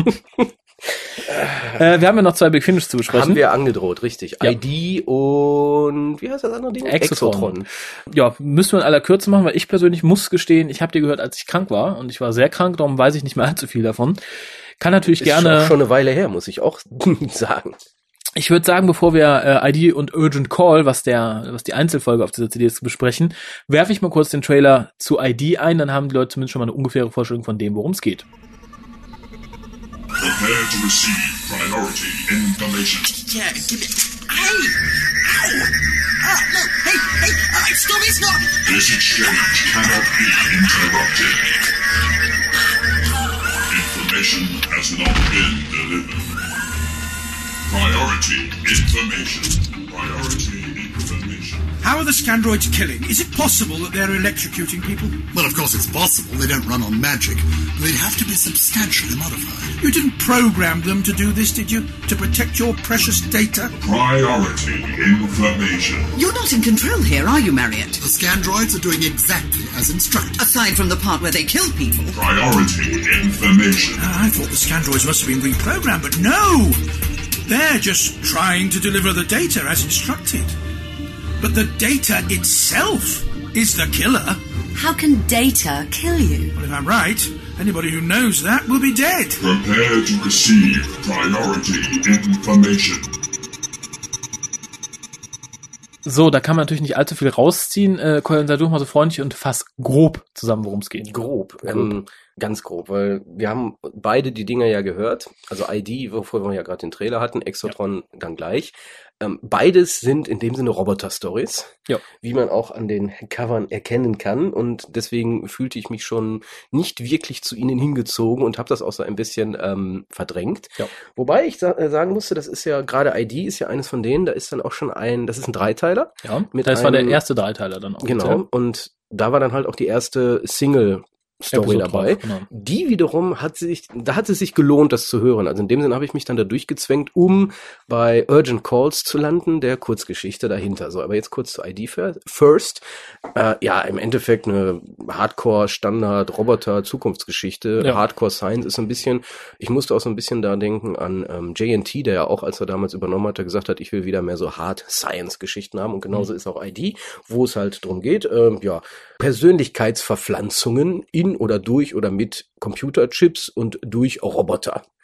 äh, wir haben ja noch zwei Big Finish zu besprechen. Haben wir angedroht, richtig. Ja. I D und wie heißt das andere Ding? Exotron. Ja, müssen wir in aller Kürze machen, weil ich persönlich muss gestehen, ich habe die gehört, als ich krank war und ich war sehr krank, darum weiß ich nicht mehr allzu viel davon. Kann natürlich Ist gerne... auch schon eine Weile her, muss ich auch sagen. Ich würde sagen, bevor wir äh, I D und Urgent Call, was der, was die Einzelfolge auf dieser C D ist, besprechen, werfe ich mal kurz den Trailer zu I D ein, dann haben die Leute zumindest schon mal eine ungefähre Vorstellung von dem, worum es geht. Prepare to receive priority information. Yeah, give it. Hey! Ow! Ah, no! Hey! Hey! Uh, stop! It's not! This exchange cannot be interrupted. Information has not been delivered. Priority information. Priority information. How are the Scandroids killing? Is it possible that they're electrocuting people? Well, of course it's possible. They don't run on magic. But they'd have to be substantially modified. You didn't program them to do this, did you? To protect your precious data? Priority information. You're not in control here, are you, Marriott? The Scandroids are doing exactly as instructed. Aside from the part where they kill people. Priority information. Uh, I thought the Scandroids must have been reprogrammed, but no! They're just trying to deliver the data as instructed. But the data itself is the killer. How can data kill you? Well, if I'm right, anybody who knows that will be dead. Prepare to receive priority information. So, da kann man natürlich nicht allzu viel rausziehen. Äh, Colin, sei du mal so freundlich und fass grob zusammen, worum es geht. Grob, ähm, ganz grob, weil wir haben beide die Dinger ja gehört. Also I D, wovor wir ja gerade den Trailer hatten, Exotron dann gleich. Ähm, beides sind in dem Sinne Roboter-Stories, Ja. wie man auch an den Covern erkennen kann. Und deswegen fühlte ich mich schon nicht wirklich zu ihnen hingezogen und habe das auch so ein bisschen ähm, verdrängt. Ja. Wobei ich sa- äh, sagen musste, das ist ja gerade I D ist ja eines von denen, da ist dann auch schon ein, das ist ein Dreiteiler. Ja, Mit das war der einem- erste Dreiteiler dann auch. Genau. Und da war dann halt auch die erste Single Story Episode dabei. drauf, genau. Die wiederum hat sich, da hat es sich gelohnt, das zu hören. Also in dem Sinne habe ich mich dann da durchgezwängt, um bei Urgent Calls zu landen, der Kurzgeschichte dahinter. So, aber jetzt kurz zu I D first. Äh, ja, im Endeffekt eine Hardcore-Standard-Roboter-Zukunftsgeschichte. Ja. Hardcore-Science ist so ein bisschen, ich musste auch so ein bisschen da denken an ähm, J N T, der ja auch, als er damals übernommen hatte, gesagt hat, ich will wieder mehr so Hard-Science-Geschichten haben. Und genauso ist auch I D, wo es halt drum geht, ähm, ja, Persönlichkeitsverpflanzungen in oder durch oder mit Computerchips und durch Roboter.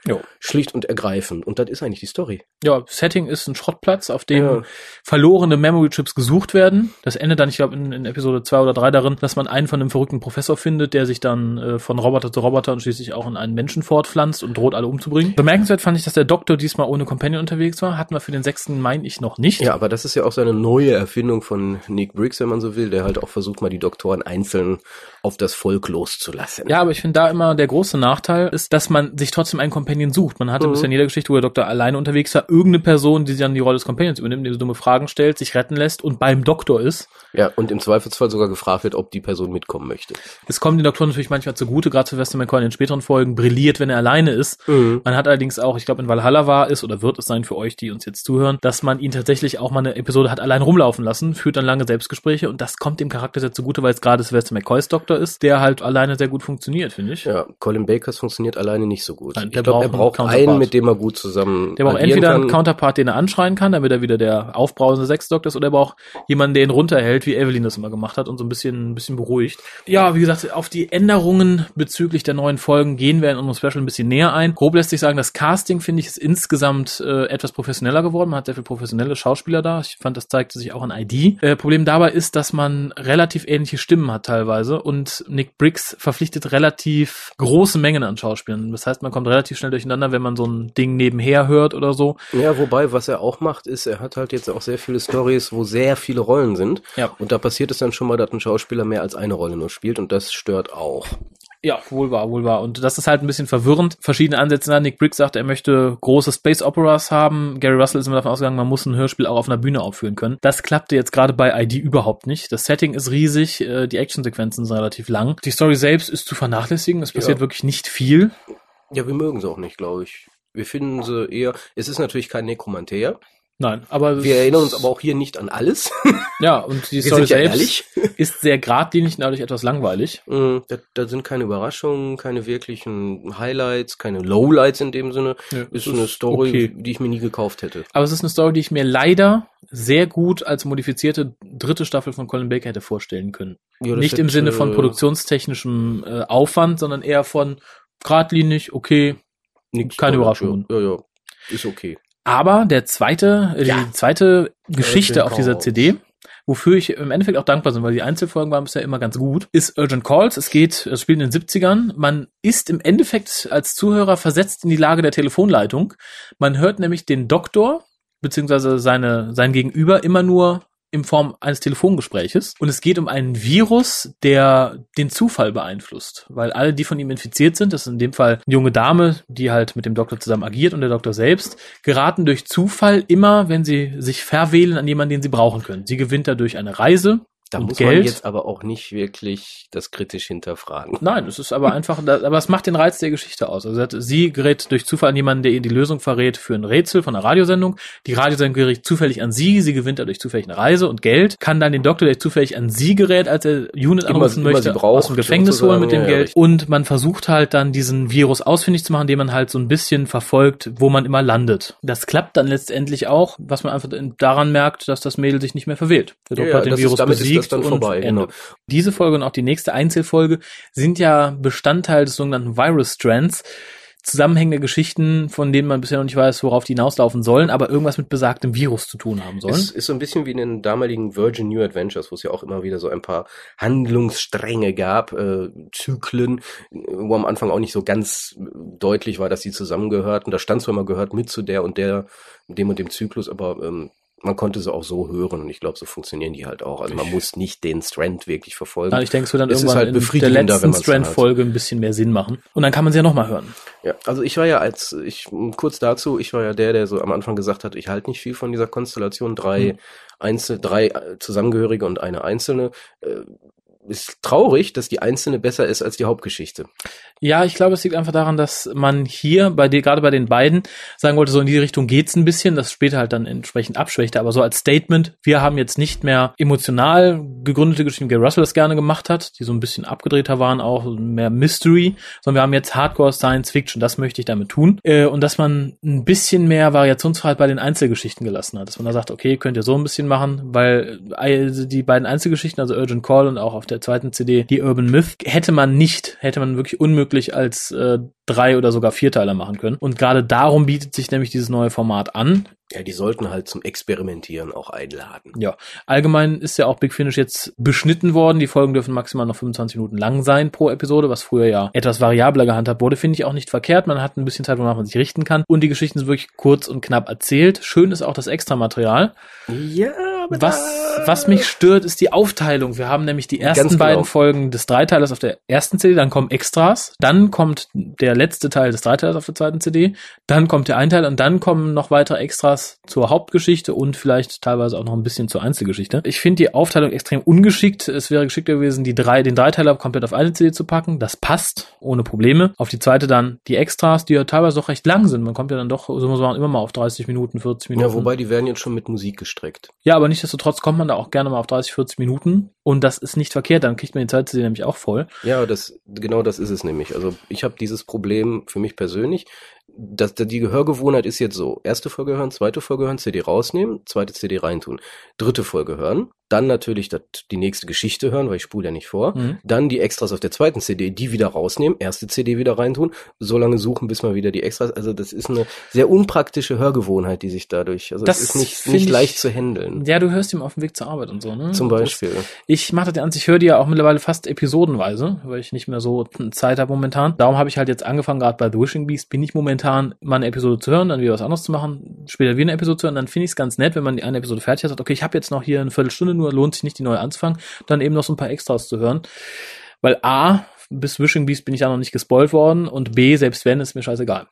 Jo. Schlicht und ergreifend. Und das ist eigentlich die Story. Ja, Setting ist ein Schrottplatz, auf dem Ja. verlorene Memory-Chips gesucht werden. Das endet dann, ich glaube, in, in Episode zwei oder drei darin, dass man einen von einem verrückten Professor findet, der sich dann äh, von Roboter zu Roboter und schließlich auch in einen Menschen fortpflanzt und droht, alle umzubringen. Bemerkenswert fand ich, dass der Doktor diesmal ohne Companion unterwegs war. Hatten wir für den sechsten, meine ich, noch nicht. Ja, aber das ist ja auch seine neue Erfindung von Nick Briggs, wenn man so will, der halt auch versucht, mal die Doktoren einzeln auf das Volk loszulassen. Ja, aber ich finde da immer der große Nachteil ist, dass man sich trotzdem einen Companion sucht. Man hatte Mhm. bisher in jeder Geschichte, wo der Doktor alleine unterwegs war, irgendeine Person, die dann die Rolle des Companions übernimmt, die so dumme Fragen stellt, sich retten lässt und beim Doktor ist. Ja, und im Zweifelsfall sogar gefragt wird, ob die Person mitkommen möchte. Es kommt den Doktor natürlich manchmal zugute, gerade Sylvester McCoy in den späteren Folgen brilliert, wenn er alleine ist. Mhm. Man hat allerdings auch, ich glaube in Valhalla war es oder wird es sein für euch, die uns jetzt zuhören, dass man ihn tatsächlich auch mal eine Episode hat allein rumlaufen lassen, führt dann lange Selbstgespräche und das kommt dem Charakter sehr zugute, weil es gerade Sylvester McCoys Doktor ist, der halt alleine sehr gut funktioniert, finde ich. Ja, Colin Bakers funktioniert alleine nicht so gut. Nein, ich der glaube, er braucht einen braucht einen, Counterpart. mit dem er gut zusammen Der braucht agieren entweder kann. einen Counterpart, den er anschreien kann, damit er wieder der aufbrausende Sechsdoktor ist, oder er braucht jemanden, der ihn runterhält, wie Evelyn das immer gemacht hat und so ein bisschen, ein bisschen beruhigt. Ja, wie gesagt, auf die Änderungen bezüglich der neuen Folgen gehen wir in unserem Special ein bisschen näher ein. Grob lässt sich sagen, das Casting, finde ich, ist insgesamt äh, etwas professioneller geworden. Man hat sehr viele professionelle Schauspieler da. Ich fand, das zeigte sich auch in I D. Äh, Problem dabei ist, dass man relativ ähnliche Stimmen hat teilweise und Nick Briggs verpflichtet relativ große Mengen an Schauspielern. Das heißt, man kommt relativ schnell durcheinander, wenn man so ein Ding nebenher hört oder so. Ja, wobei, was er auch macht, ist, er hat halt jetzt auch sehr viele Storys, wo sehr viele Rollen sind. Ja. Und da passiert es dann schon mal, dass ein Schauspieler mehr als eine Rolle nur spielt und das stört auch. Ja, wohl wahr, wohl wahr. Und das ist halt ein bisschen verwirrend. Verschiedene Ansätze da. Nick Briggs sagt, er möchte große Space Operas haben. Gary Russell ist immer davon ausgegangen, man muss ein Hörspiel auch auf einer Bühne aufführen können. Das klappte jetzt gerade bei I D überhaupt nicht. Das Setting ist riesig, äh, die Actionsequenzen sind relativ lang. Die Story selbst ist zu vernachlässigen. Es passiert Ja. wirklich nicht viel. Ja, wir mögen sie auch nicht, glaube ich. Wir finden sie eher, es ist natürlich kein Nekromantea. Nein, aber Wir erinnern uns aber auch hier nicht an alles. ja, und die Wir Story sind ja selbst ehrlich. ist sehr geradlinig und dadurch etwas langweilig. Mm, Da, da sind keine Überraschungen, keine wirklichen Highlights, keine Lowlights in dem Sinne. Ja, ist es eine ist Story, okay. die ich mir nie gekauft hätte. Aber es ist eine Story, die ich mir leider sehr gut als modifizierte dritte Staffel von Colin Baker hätte vorstellen können. Ja, das Nicht im hätte- Sinne von produktionstechnischem äh, Aufwand, sondern eher von geradlinig, okay. Nix keine Tolles, Überraschungen. Ja, ja, ist okay. Aber der zweite, äh, Ja. die zweite Geschichte Urgent auf dieser Calls. C D, wofür ich im Endeffekt auch dankbar bin, weil die Einzelfolgen waren bisher immer ganz gut, ist Urgent Calls. Es geht, es spielt in den siebzigern. Man ist im Endeffekt als Zuhörer versetzt in die Lage der Telefonleitung. Man hört nämlich den Doktor, beziehungsweise seine, sein Gegenüber immer nur in Form eines Telefongespräches. Und es geht um einen Virus, der den Zufall beeinflusst. Weil alle, die von ihm infiziert sind, das ist in dem Fall eine junge Dame, die halt mit dem Doktor zusammen agiert und der Doktor selbst, geraten durch Zufall immer, wenn sie sich verwählen, an jemanden, den sie brauchen können. Sie gewinnt dadurch eine Reise. Da und muss Geld. man jetzt aber auch nicht wirklich das kritisch hinterfragen. Nein, es ist aber einfach, aber es macht den Reiz der Geschichte aus. Also sie gerät durch Zufall an jemanden, der ihr die Lösung verrät für ein Rätsel von einer Radiosendung. Die Radiosendung gerät zufällig an sie, sie gewinnt dadurch zufällig eine Reise und Geld, kann dann den Doktor, der zufällig an sie gerät, als er Unit Immer- anrufen immer möchte, sie braucht, aus dem Gefängnis sozusagen. holen mit dem Ja, ja, Geld. richtig. Und man versucht halt dann diesen Virus ausfindig zu machen, indem man halt so ein bisschen verfolgt, wo man immer landet. Das klappt dann letztendlich auch, was man einfach daran merkt, dass das Mädel sich nicht mehr verwählt. Der Doktor Ja, hat den das ist- Virus damit ist das besiegt dann und vorbei, Ende. genau. Diese Folge und auch die nächste Einzelfolge sind ja Bestandteil des sogenannten Virus Strands. Zusammenhängende Geschichten, von denen man bisher noch nicht weiß, worauf die hinauslaufen sollen, aber irgendwas mit besagtem Virus zu tun haben sollen. Es ist so ein bisschen wie in den damaligen Virgin New Adventures, wo es ja auch immer wieder so ein paar Handlungsstränge gab, äh, Zyklen, wo am Anfang auch nicht so ganz deutlich war, dass die zusammengehörten. Da stand zwar immer gehört mit zu der und der, dem und dem Zyklus, aber ähm, man konnte sie auch so hören und ich glaube, so funktionieren die halt auch. Also man muss nicht den Strand wirklich verfolgen. Ja, ich denke, es wird dann Es ist irgendwann halt in der befriedigender, wenn letzten man's dann hat. Strand-Folge ein bisschen mehr Sinn machen. Und dann kann man sie ja nochmal hören. Ja, also ich war ja als, ich kurz dazu, ich war ja der, der so am Anfang gesagt hat, ich halte nicht viel von dieser Konstellation, drei Hm. Einzel, drei äh, Zusammengehörige und eine Einzelne. Äh, ist traurig, dass die Einzelne besser ist als die Hauptgeschichte. Ja, ich glaube, es liegt einfach daran, dass man hier bei dir, gerade bei den beiden, sagen wollte, so in die Richtung geht's ein bisschen, das später halt dann entsprechend abschwächte, aber so als Statement, wir haben jetzt nicht mehr emotional gegründete Geschichten, wie Gary Russell das gerne gemacht hat, die so ein bisschen abgedrehter waren, auch mehr Mystery, sondern wir haben jetzt Hardcore Science Fiction, das möchte ich damit tun. Äh, und dass man ein bisschen mehr Variationsfreiheit bei den Einzelgeschichten gelassen hat, dass man da sagt, okay, könnt ihr so ein bisschen machen, weil äh, die beiden Einzelgeschichten, also Urgent Call und auch auf der der zweiten C D, die Urban Myth, hätte man nicht, hätte man wirklich unmöglich als äh, drei oder sogar Vierteiler machen können. Und gerade darum bietet sich nämlich dieses neue Format an. Ja, die sollten halt zum Experimentieren auch einladen. Ja, allgemein ist ja auch Big Finish jetzt beschnitten worden. Die Folgen dürfen maximal noch fünfundzwanzig Minuten lang sein pro Episode, was früher ja etwas variabler gehandhabt wurde. Finde ich auch nicht verkehrt. Man hat ein bisschen Zeit, wonach man sich richten kann. Und die Geschichten sind wirklich kurz und knapp erzählt. Schön ist auch das Extramaterial. Ja, aber Was, was mich stört, ist die Aufteilung. Wir haben nämlich die ersten Ganz genau. beiden Folgen des Dreiteilers auf der ersten C D, dann kommen Extras, dann kommt der letzte Teil des Dreiteilers auf der zweiten C D, dann kommt der Einteiler und dann kommen noch weitere Extras zur Hauptgeschichte und vielleicht teilweise auch noch ein bisschen zur Einzelgeschichte. Ich finde die Aufteilung extrem ungeschickt. Es wäre geschickter gewesen, die drei, den Dreiteiler komplett auf eine C D zu packen. Das passt, ohne Probleme. Auf die zweite dann die Extras, die ja teilweise doch recht lang sind. Man kommt ja dann doch, so muss man immer mal auf dreißig Minuten, vierzig Minuten. Ja, wobei die werden jetzt schon mit Musik gestreckt. Ja, aber nichtsdestotrotz kommt man da auch gerne mal auf dreißig, vierzig Minuten und das ist nicht verkehrt, dann kriegt man die zweite C D nämlich auch voll. Ja, das genau das ist es nämlich. Also ich habe dieses Problem für mich persönlich. Das, die Gehörgewohnheit ist jetzt so. Erste Folge hören, zweite Folge hören, C D rausnehmen, zweite C D reintun. Dritte Folge hören, dann natürlich das, die nächste Geschichte hören, weil ich spule ja nicht vor. Mhm. Dann die Extras auf der zweiten C D, die wieder rausnehmen, erste C D wieder reintun, so lange suchen, bis mal wieder die Extras. Also das ist eine sehr unpraktische Hörgewohnheit, die sich dadurch, also das, das ist nicht, nicht leicht zu handeln. Ja, du hörst ihm auf dem Weg zur Arbeit und so, ne? Zum Beispiel. Das, ich mache das ja an sich, ich höre die ja auch mittlerweile fast episodenweise, weil ich nicht mehr so Zeit habe momentan. Darum habe ich halt jetzt angefangen, gerade bei The Wishing Beast bin ich momentan mal eine Episode zu hören, dann wieder was anderes zu machen, später wieder eine Episode zu hören, dann finde ich es ganz nett, wenn man die eine Episode fertig hat, sagt, okay, ich habe jetzt noch hier eine Viertelstunde, nur lohnt sich nicht, die neue anzufangen, dann eben noch so ein paar Extras zu hören. Weil A, bis Wishing Beast bin ich da noch nicht gespoilt worden und B, selbst wenn, ist mir scheißegal.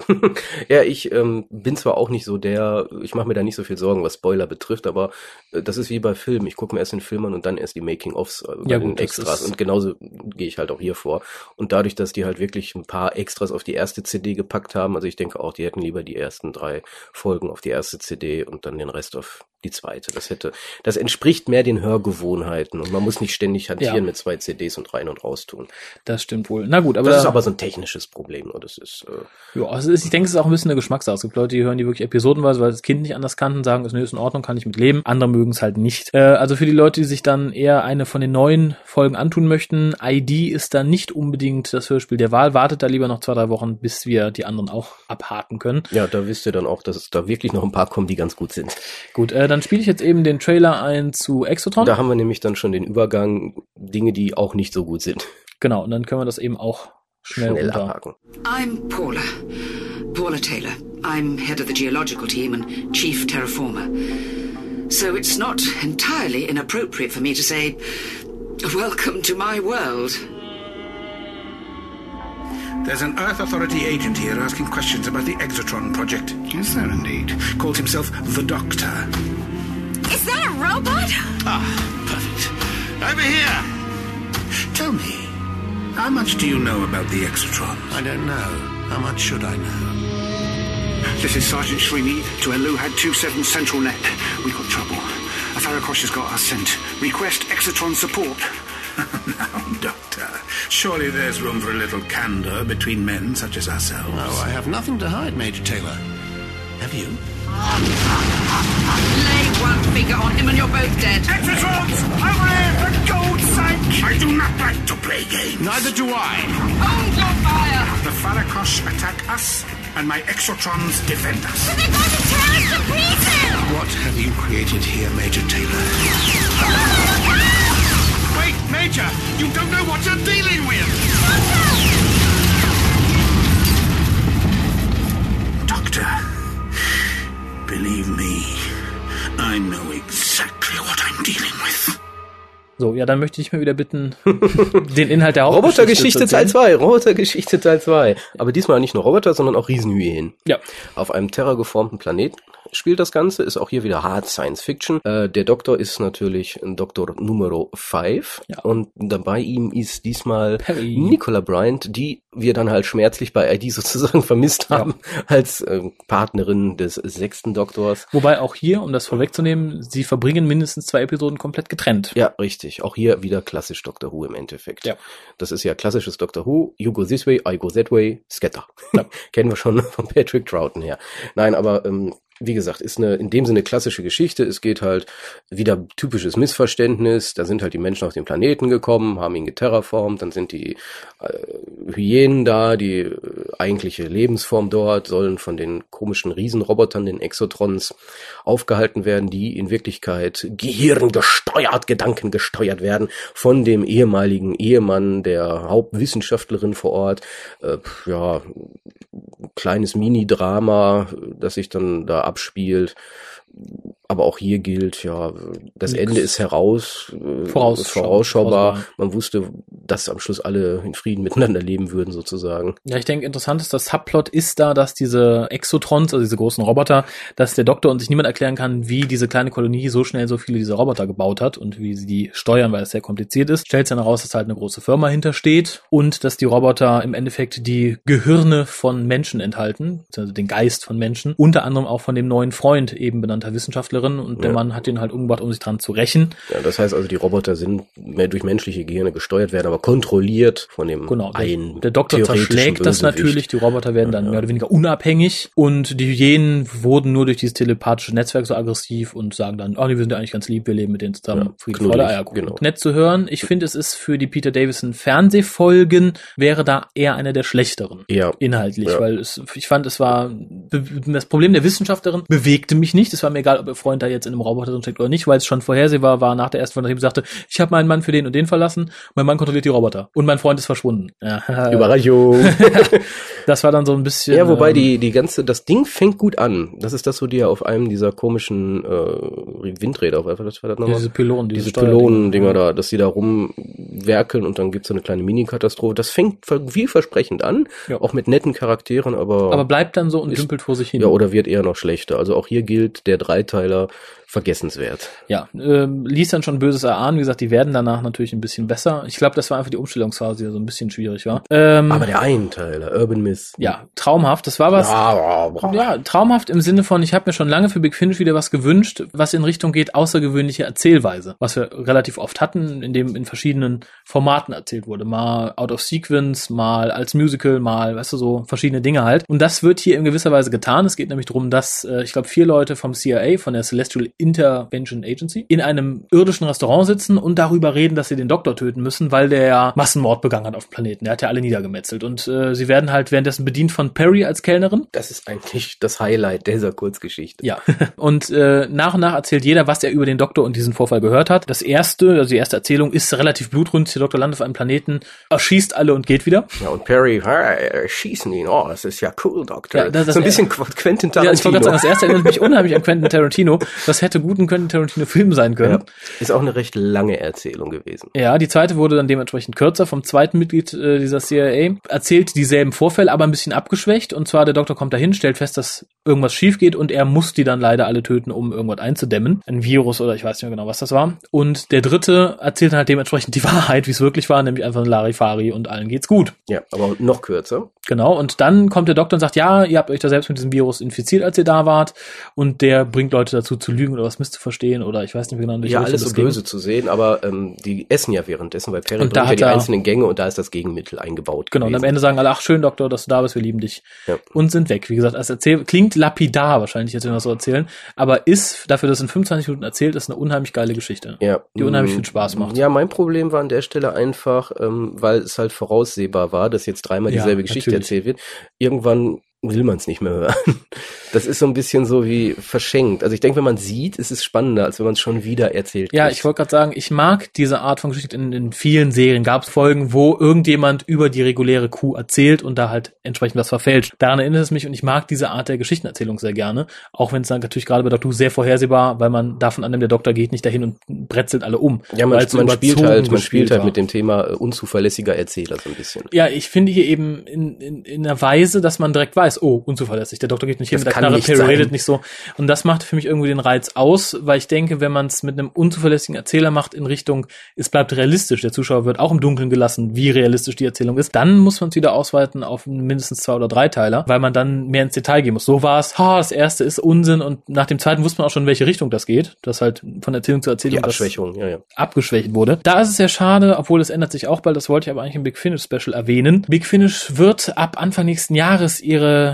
Ja, ich ähm, bin zwar auch nicht so der, ich mache mir da nicht so viel Sorgen, was Spoiler betrifft, aber äh, das ist wie bei Filmen. Ich gucke mir erst den Film an und dann erst die Making-ofs, äh, ja, den gut, Extras und genauso gehe ich halt auch hier vor. Und dadurch, dass die halt wirklich ein paar Extras auf die erste C D gepackt haben, also ich denke auch, die hätten lieber die ersten drei Folgen auf die erste C D und dann den Rest auf die zweite. Das hätte, das entspricht mehr den Hörgewohnheiten und man muss nicht ständig hantieren ja. mit zwei C Ds und rein und raus tun. Das stimmt wohl. Na gut, aber das da, ist aber so ein technisches Problem. Oder? Das ist, äh ja, also ist, ich denke, es ist auch ein bisschen eine Geschmackssache. Es gibt Leute, die hören die wirklich episodenweise, weil das Kind nicht anders kannten, sagen, ist, nee, ist in Ordnung, kann ich mit leben. Andere mögen es halt nicht. Äh, also für die Leute, die sich dann eher eine von den neuen Folgen antun möchten, I D ist da nicht unbedingt das Hörspiel der Wahl. Wartet da lieber noch zwei, drei Wochen, bis wir die anderen auch abhaken können. Ja, da wisst ihr dann auch, dass es da wirklich noch ein paar kommen, die ganz gut sind. Gut, äh, dann spiele ich jetzt eben den Trailer ein zu Exotron. Da haben wir nämlich dann schon den Übergang, Dinge, die auch nicht so gut sind. Genau, und dann können wir das eben auch schnell, schnell runter. abhaken. I'm Paula. Paula Taylor. I'm head of the geological team and chief terraformer. So it's not entirely inappropriate for me to say, welcome to my world. There's an Earth Authority agent here asking questions about the Exotron project. Is there indeed? Calls himself the Doctor. Is that a robot? Ah, perfect. Over here! Tell me, how much do you know about the Exotron? I don't know. How much should I know? This is Sergeant Shrimi to Eluhad twenty-seven Central Net. We've got trouble. A Farakosh has got us sent. Request Exotron support. Now, Doctor, surely there's room for a little candor between men such as ourselves. No, I have nothing to hide, Major Taylor. Have you? Lay one finger on him and you're both dead. Exotrons! Over here, for God's sake! I do not like to play games. Neither do I. Hold your fire! The Farakosh attack us, and my Exotrons defend us. But they're going to tear us to pieces! What have you created here, Major Taylor? Wait, Major! You don't know what you're dealing with! Doctor, believe me, I know exactly what I'm dealing with. So, ja, dann möchte ich mal wieder bitten, den Inhalt der Hauptgeschichte Robotergeschichte Teil zwei, Robotergeschichte Teil zwei. Aber diesmal nicht nur Roboter, sondern auch Riesenhyänen. Ja. Auf einem terrageformten Planeten spielt das Ganze, ist auch hier wieder Hard Science Fiction. Äh, der Doktor ist natürlich Doktor Numero fünf ja. Und dabei ihm ist diesmal Perry. Nicola Bryant, die wir dann halt schmerzlich bei I D sozusagen vermisst haben, ja. als äh, Partnerin des sechsten Doktors. Wobei auch hier, um das vorwegzunehmen, sie verbringen mindestens zwei Episoden komplett getrennt. Ja, richtig. Auch hier wieder klassisch Doctor Who im Endeffekt. Ja. Das ist ja klassisches Doctor Who. You go this way, I go that way, scatter. Ja. Kennen wir schon von Patrick Troughton her. Nein, aber ähm, wie gesagt, ist eine in dem Sinne klassische Geschichte. Es geht halt wieder typisches Missverständnis. Da sind halt die Menschen auf den Planeten gekommen, haben ihn geterraformt. Dann sind die äh, Hyänen da, die äh, eigentliche Lebensform dort, sollen von den komischen Riesenrobotern, den Exotrons, aufgehalten werden, die in Wirklichkeit gehirngesteuert, gedankengesteuert werden von dem ehemaligen Ehemann der Hauptwissenschaftlerin vor Ort. Äh, ja, kleines Mini-Drama, das sich dann da abspielt. Aber auch hier gilt, ja, das Nix. Ende ist heraus, Voraus, ist vorausschaubar. Man wusste, dass am Schluss alle in Frieden miteinander leben würden, sozusagen. Ja, ich denke, interessant ist, das Subplot ist da, dass diese Exotrons, also diese großen Roboter, dass der Doktor und sich niemand erklären kann, wie diese kleine Kolonie so schnell so viele dieser Roboter gebaut hat und wie sie die steuern, weil es sehr kompliziert ist. Stellt sich dann heraus, dass halt eine große Firma hintersteht und dass die Roboter im Endeffekt die Gehirne von Menschen enthalten, also den Geist von Menschen, unter anderem auch von dem neuen Freund eben benannter Wissenschaftlerin, und der ja. Mann hat den halt umgebracht, um sich dran zu rächen. Ja, das heißt also, die Roboter sind mehr durch menschliche Gehirne gesteuert, werden aber kontrolliert von dem genau, einen der Doktor zerschlägt das natürlich, die Roboter werden dann ja. mehr oder weniger unabhängig und die Hyänen wurden nur durch dieses telepathische Netzwerk so aggressiv und sagen dann, oh nee, wir sind ja eigentlich ganz lieb, wir leben mit denen zusammen. Ja, Frieden, Freude, Eierkuchen. Genau. Nett zu hören. Ich finde, es ist für die Peter Davison Fernsehfolgen, wäre da eher einer der schlechteren. Ja. Inhaltlich, ja. weil es, ich fand, es war, das Problem der Wissenschaftlerin bewegte mich nicht. Es war mir egal, ob ihr Freund da jetzt in einem Roboter drin steckt oder nicht, weil es schon vorhersehbar war nach der ersten Folge, nachdem sie sagte, ich habe meinen Mann für den und den verlassen, mein Mann kontrolliert die Roboter und mein Freund ist verschwunden. Ja. Überraschung. Das war dann so ein bisschen... Ja, wobei die die ganze, das Ding fängt gut an. Das ist das, wo die ja auf einem dieser komischen äh, Windräder, auf einfach, das war das nochmal? Ja, diese Pylonen, diese, diese Pylonen-Dinger da, dass sie da rumwerkeln und dann gibt's so eine kleine Mini-Katastrophe. Das fängt vielversprechend an, ja. auch mit netten Charakteren, aber... Aber bleibt dann so und ist, dümpelt vor sich hin. Ja, oder wird eher noch schlechter. Also auch hier gilt der Dreiteiler vergessenswert. Ja, äh, ließ dann schon Böses erahnen. Wie gesagt, die werden danach natürlich ein bisschen besser. Ich glaube, das war einfach die Umstellungsphase, die so ein bisschen schwierig war. Ähm, Aber der Einteiler, Urban Myth. Ja, traumhaft. Das war was. Ja, ja traumhaft im Sinne von, ich habe mir schon lange für Big Finish wieder was gewünscht, was in Richtung geht, außergewöhnliche Erzählweise. Was wir relativ oft hatten, in dem in verschiedenen Formaten erzählt wurde. Mal out of sequence, mal als Musical, mal, weißt du, so verschiedene Dinge halt. Und das wird hier in gewisser Weise getan. Es geht nämlich darum, dass, äh, ich glaube, vier Leute vom C I A, von der Celestial Intervention Agency, in einem irdischen Restaurant sitzen und darüber reden, dass sie den Doktor töten müssen, weil der ja Massenmord begangen hat auf dem Planeten. Der hat ja alle niedergemetzelt. Und äh, sie werden halt währenddessen bedient von Perry als Kellnerin. Das ist eigentlich das Highlight dieser Kurzgeschichte. Ja. Und äh, nach und nach erzählt jeder, was er über den Doktor und diesen Vorfall gehört hat. Das erste, also die erste Erzählung ist relativ blutrünstig. Der Doktor landet auf einem Planeten, erschießt alle und geht wieder. Ja, und Perry, hey, schießen ihn. Oh, das ist ja cool, Doktor. Ja, das, das so ein bisschen Quentin Tarantino. Ja, ich wollte gerade sagen, das erste erinnert mich unheimlich an Quentin Tarantino. Das hätte gut ein Quentin Tarantino-Film sein können. Ja, ist auch eine recht lange Erzählung gewesen. Ja, die zweite wurde dann dementsprechend kürzer vom zweiten Mitglied äh, dieser C I A. Erzählt dieselben Vorfälle, aber ein bisschen abgeschwächt. Und zwar, der Doktor kommt dahin, stellt fest, dass irgendwas schief geht und er muss die dann leider alle töten, um irgendwas einzudämmen. Ein Virus oder ich weiß nicht mehr genau, was das war. Und der dritte erzählt dann halt dementsprechend die Wahrheit, wie es wirklich war, nämlich einfach ein Larifari und allen geht's gut. Ja, aber noch kürzer. Genau, und dann kommt der Doktor und sagt, ja, ihr habt euch da selbst mit diesem Virus infiziert, als ihr da wart. Und der bringt Leute dazu zu lügen oder was misszuverstehen oder ich weiß nicht mehr genau. Ja, alles so böse zu sehen, aber ähm, die essen ja währenddessen, weil Perry bringt ja die einzelnen Gänge und da ist das Gegenmittel eingebaut. Genau, gewesen. Und am Ende sagen alle, ach schön, Doktor, dass du da bist, wir lieben dich. Ja. Und sind weg. Wie gesagt, als erzähl klingt lapidar wahrscheinlich, jetzt wenn wir das so erzählen, aber ist, dafür, dass es in fünfundzwanzig Minuten erzählt ist, eine unheimlich geile Geschichte, ja. die unheimlich viel Spaß macht. Ja, mein Problem war an der Stelle einfach, ähm, weil es halt voraussehbar war, dass jetzt dreimal dieselbe ja, Geschichte natürlich. erzählt wird. Irgendwann will man es nicht mehr hören. Das ist so ein bisschen so wie verschenkt. Also ich denke, wenn man sieht, ist es spannender, als wenn man es schon wieder erzählt. Ja, kriegt. Ich wollte gerade sagen, ich mag diese Art von Geschichte. In, in vielen Serien gab es Folgen, wo irgendjemand über die reguläre Kuh erzählt und da halt entsprechend was verfälscht. Daran erinnert es mich und ich mag diese Art der Geschichtenerzählung sehr gerne. Auch wenn es dann natürlich gerade bei Doctor Who sehr vorhersehbar, weil man davon annimmt, der Doktor geht nicht dahin und bretzelt alle um. Ja, man, man spielt halt, man spielt halt mit dem Thema unzuverlässiger Erzähler so ein bisschen. Ja, ich finde hier eben in, in, in einer Weise, dass man direkt weiß, oh, unzuverlässig. Der Doktor geht nicht hin mit der Knarre, Perry redet nicht so. Und das macht für mich irgendwie den Reiz aus, weil ich denke, wenn man es mit einem unzuverlässigen Erzähler macht in Richtung, es bleibt realistisch, der Zuschauer wird auch im Dunkeln gelassen, wie realistisch die Erzählung ist, dann muss man es wieder ausweiten auf mindestens zwei oder drei Teiler, weil man dann mehr ins Detail gehen muss. So war es, ha, das erste ist Unsinn und nach dem zweiten wusste man auch schon, in welche Richtung das geht, dass halt von Erzählung zu Erzählung die Abschwächung, ja, ja. abgeschwächt wurde. Da ist es sehr schade, obwohl es ändert sich auch bald, das wollte ich aber eigentlich im Big Finish Special erwähnen. Big Finish wird ab Anfang nächsten Jahres ihre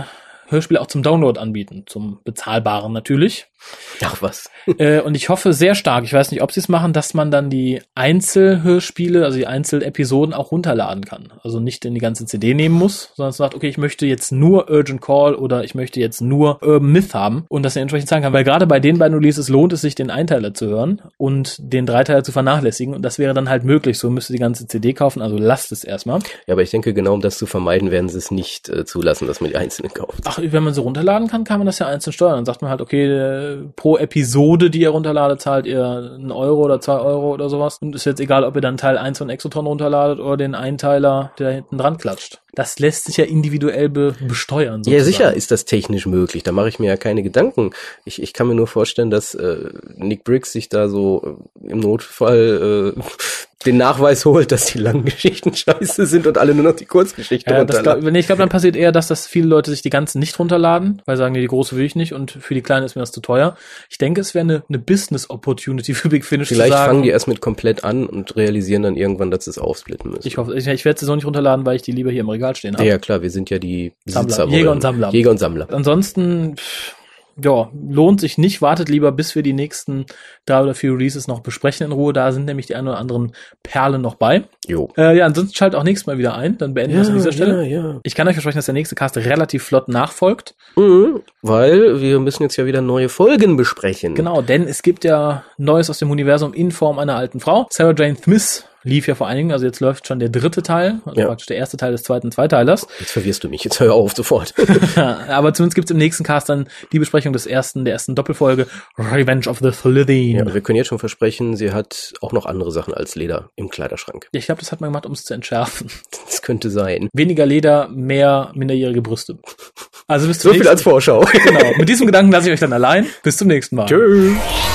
Hörspiele auch zum Download anbieten, zum bezahlbaren natürlich. Ach was. äh, und ich hoffe sehr stark, ich weiß nicht, ob sie es machen, dass man dann die Einzelhörspiele, also die Einzelepisoden auch runterladen kann. Also nicht in die ganze C D nehmen muss, sondern sagt, okay, ich möchte jetzt nur Urgent Call oder ich möchte jetzt nur Urban Myth haben und das entsprechend sagen kann, weil gerade bei den beiden Releases lohnt es sich, den Einteiler zu hören und den Dreiteiler zu vernachlässigen und das wäre dann halt möglich. So müsst ihr die ganze C D kaufen, also lasst es erstmal. Ja, aber ich denke, genau um das zu vermeiden, werden sie es nicht äh, zulassen, dass man die einzelnen kauft. Ach, wenn man sie runterladen kann, kann man das ja einzeln steuern. Dann sagt man halt, okay, äh, pro Episode, die ihr runterladet, zahlt ihr einen Euro oder zwei Euro oder sowas. Und ist jetzt egal, ob ihr dann Teil eins von Exotron runterladet oder den Einteiler, der da hinten dran klatscht. Das lässt sich ja individuell be- besteuern. Sozusagen. Ja, sicher ist das technisch möglich. Da mache ich mir ja keine Gedanken. Ich, ich kann mir nur vorstellen, dass äh, Nick Briggs sich da so äh, im Notfall äh, den Nachweis holt, dass die langen Geschichten scheiße sind und alle nur noch die Kurzgeschichte ja, runterladen. Glaub, nee, ich glaube, dann passiert eher, dass das viele Leute sich die ganzen nicht runterladen, weil sagen, nee, die große will ich nicht und für die kleine ist mir das zu teuer. Ich denke, es wäre eine, eine Business-Opportunity für Big Finish Vielleicht zu sagen. fangen die erst mit komplett an und realisieren dann irgendwann, dass sie es aufsplitten müssen. Ich hoffe, ich, ich werde sie so nicht runterladen, weil ich die lieber hier im Regal stehen habe. Ja, ja, klar, wir sind ja die Besitzer. Jäger und Sammler. Jäger und Sammler. Ansonsten, pff, ja, lohnt sich nicht. Wartet lieber, bis wir die nächsten drei oder vier Releases noch besprechen in Ruhe. Da sind nämlich die ein oder anderen Perlen noch bei. Jo. Äh, ja, ansonsten schaltet auch nächstes Mal wieder ein. Dann beenden wir es an dieser Stelle. Ja, ja. Ich kann euch versprechen, dass der nächste Cast relativ flott nachfolgt. Mhm, weil wir müssen jetzt ja wieder neue Folgen besprechen. Genau, denn es gibt ja Neues aus dem Universum in Form einer alten Frau. Sarah Jane Smith lief ja vor allen Dingen, also jetzt läuft schon der dritte Teil, also ja. praktisch der erste Teil des zweiten Zweiteilers. Jetzt verwirrst du mich, jetzt hör auf sofort. Aber zumindest gibt's im nächsten Cast dann die Besprechung des ersten, der ersten Doppelfolge, Revenge of the Slytherin. Ja, wir können jetzt schon versprechen, sie hat auch noch andere Sachen als Leder im Kleiderschrank. Ich glaube, das hat man gemacht, um es zu entschärfen. Das könnte sein. Weniger Leder, mehr minderjährige Brüste. Also bis zum So viel als Vorschau. Genau, mit diesem Gedanken lasse ich euch dann allein. Bis zum nächsten Mal. Tschüss.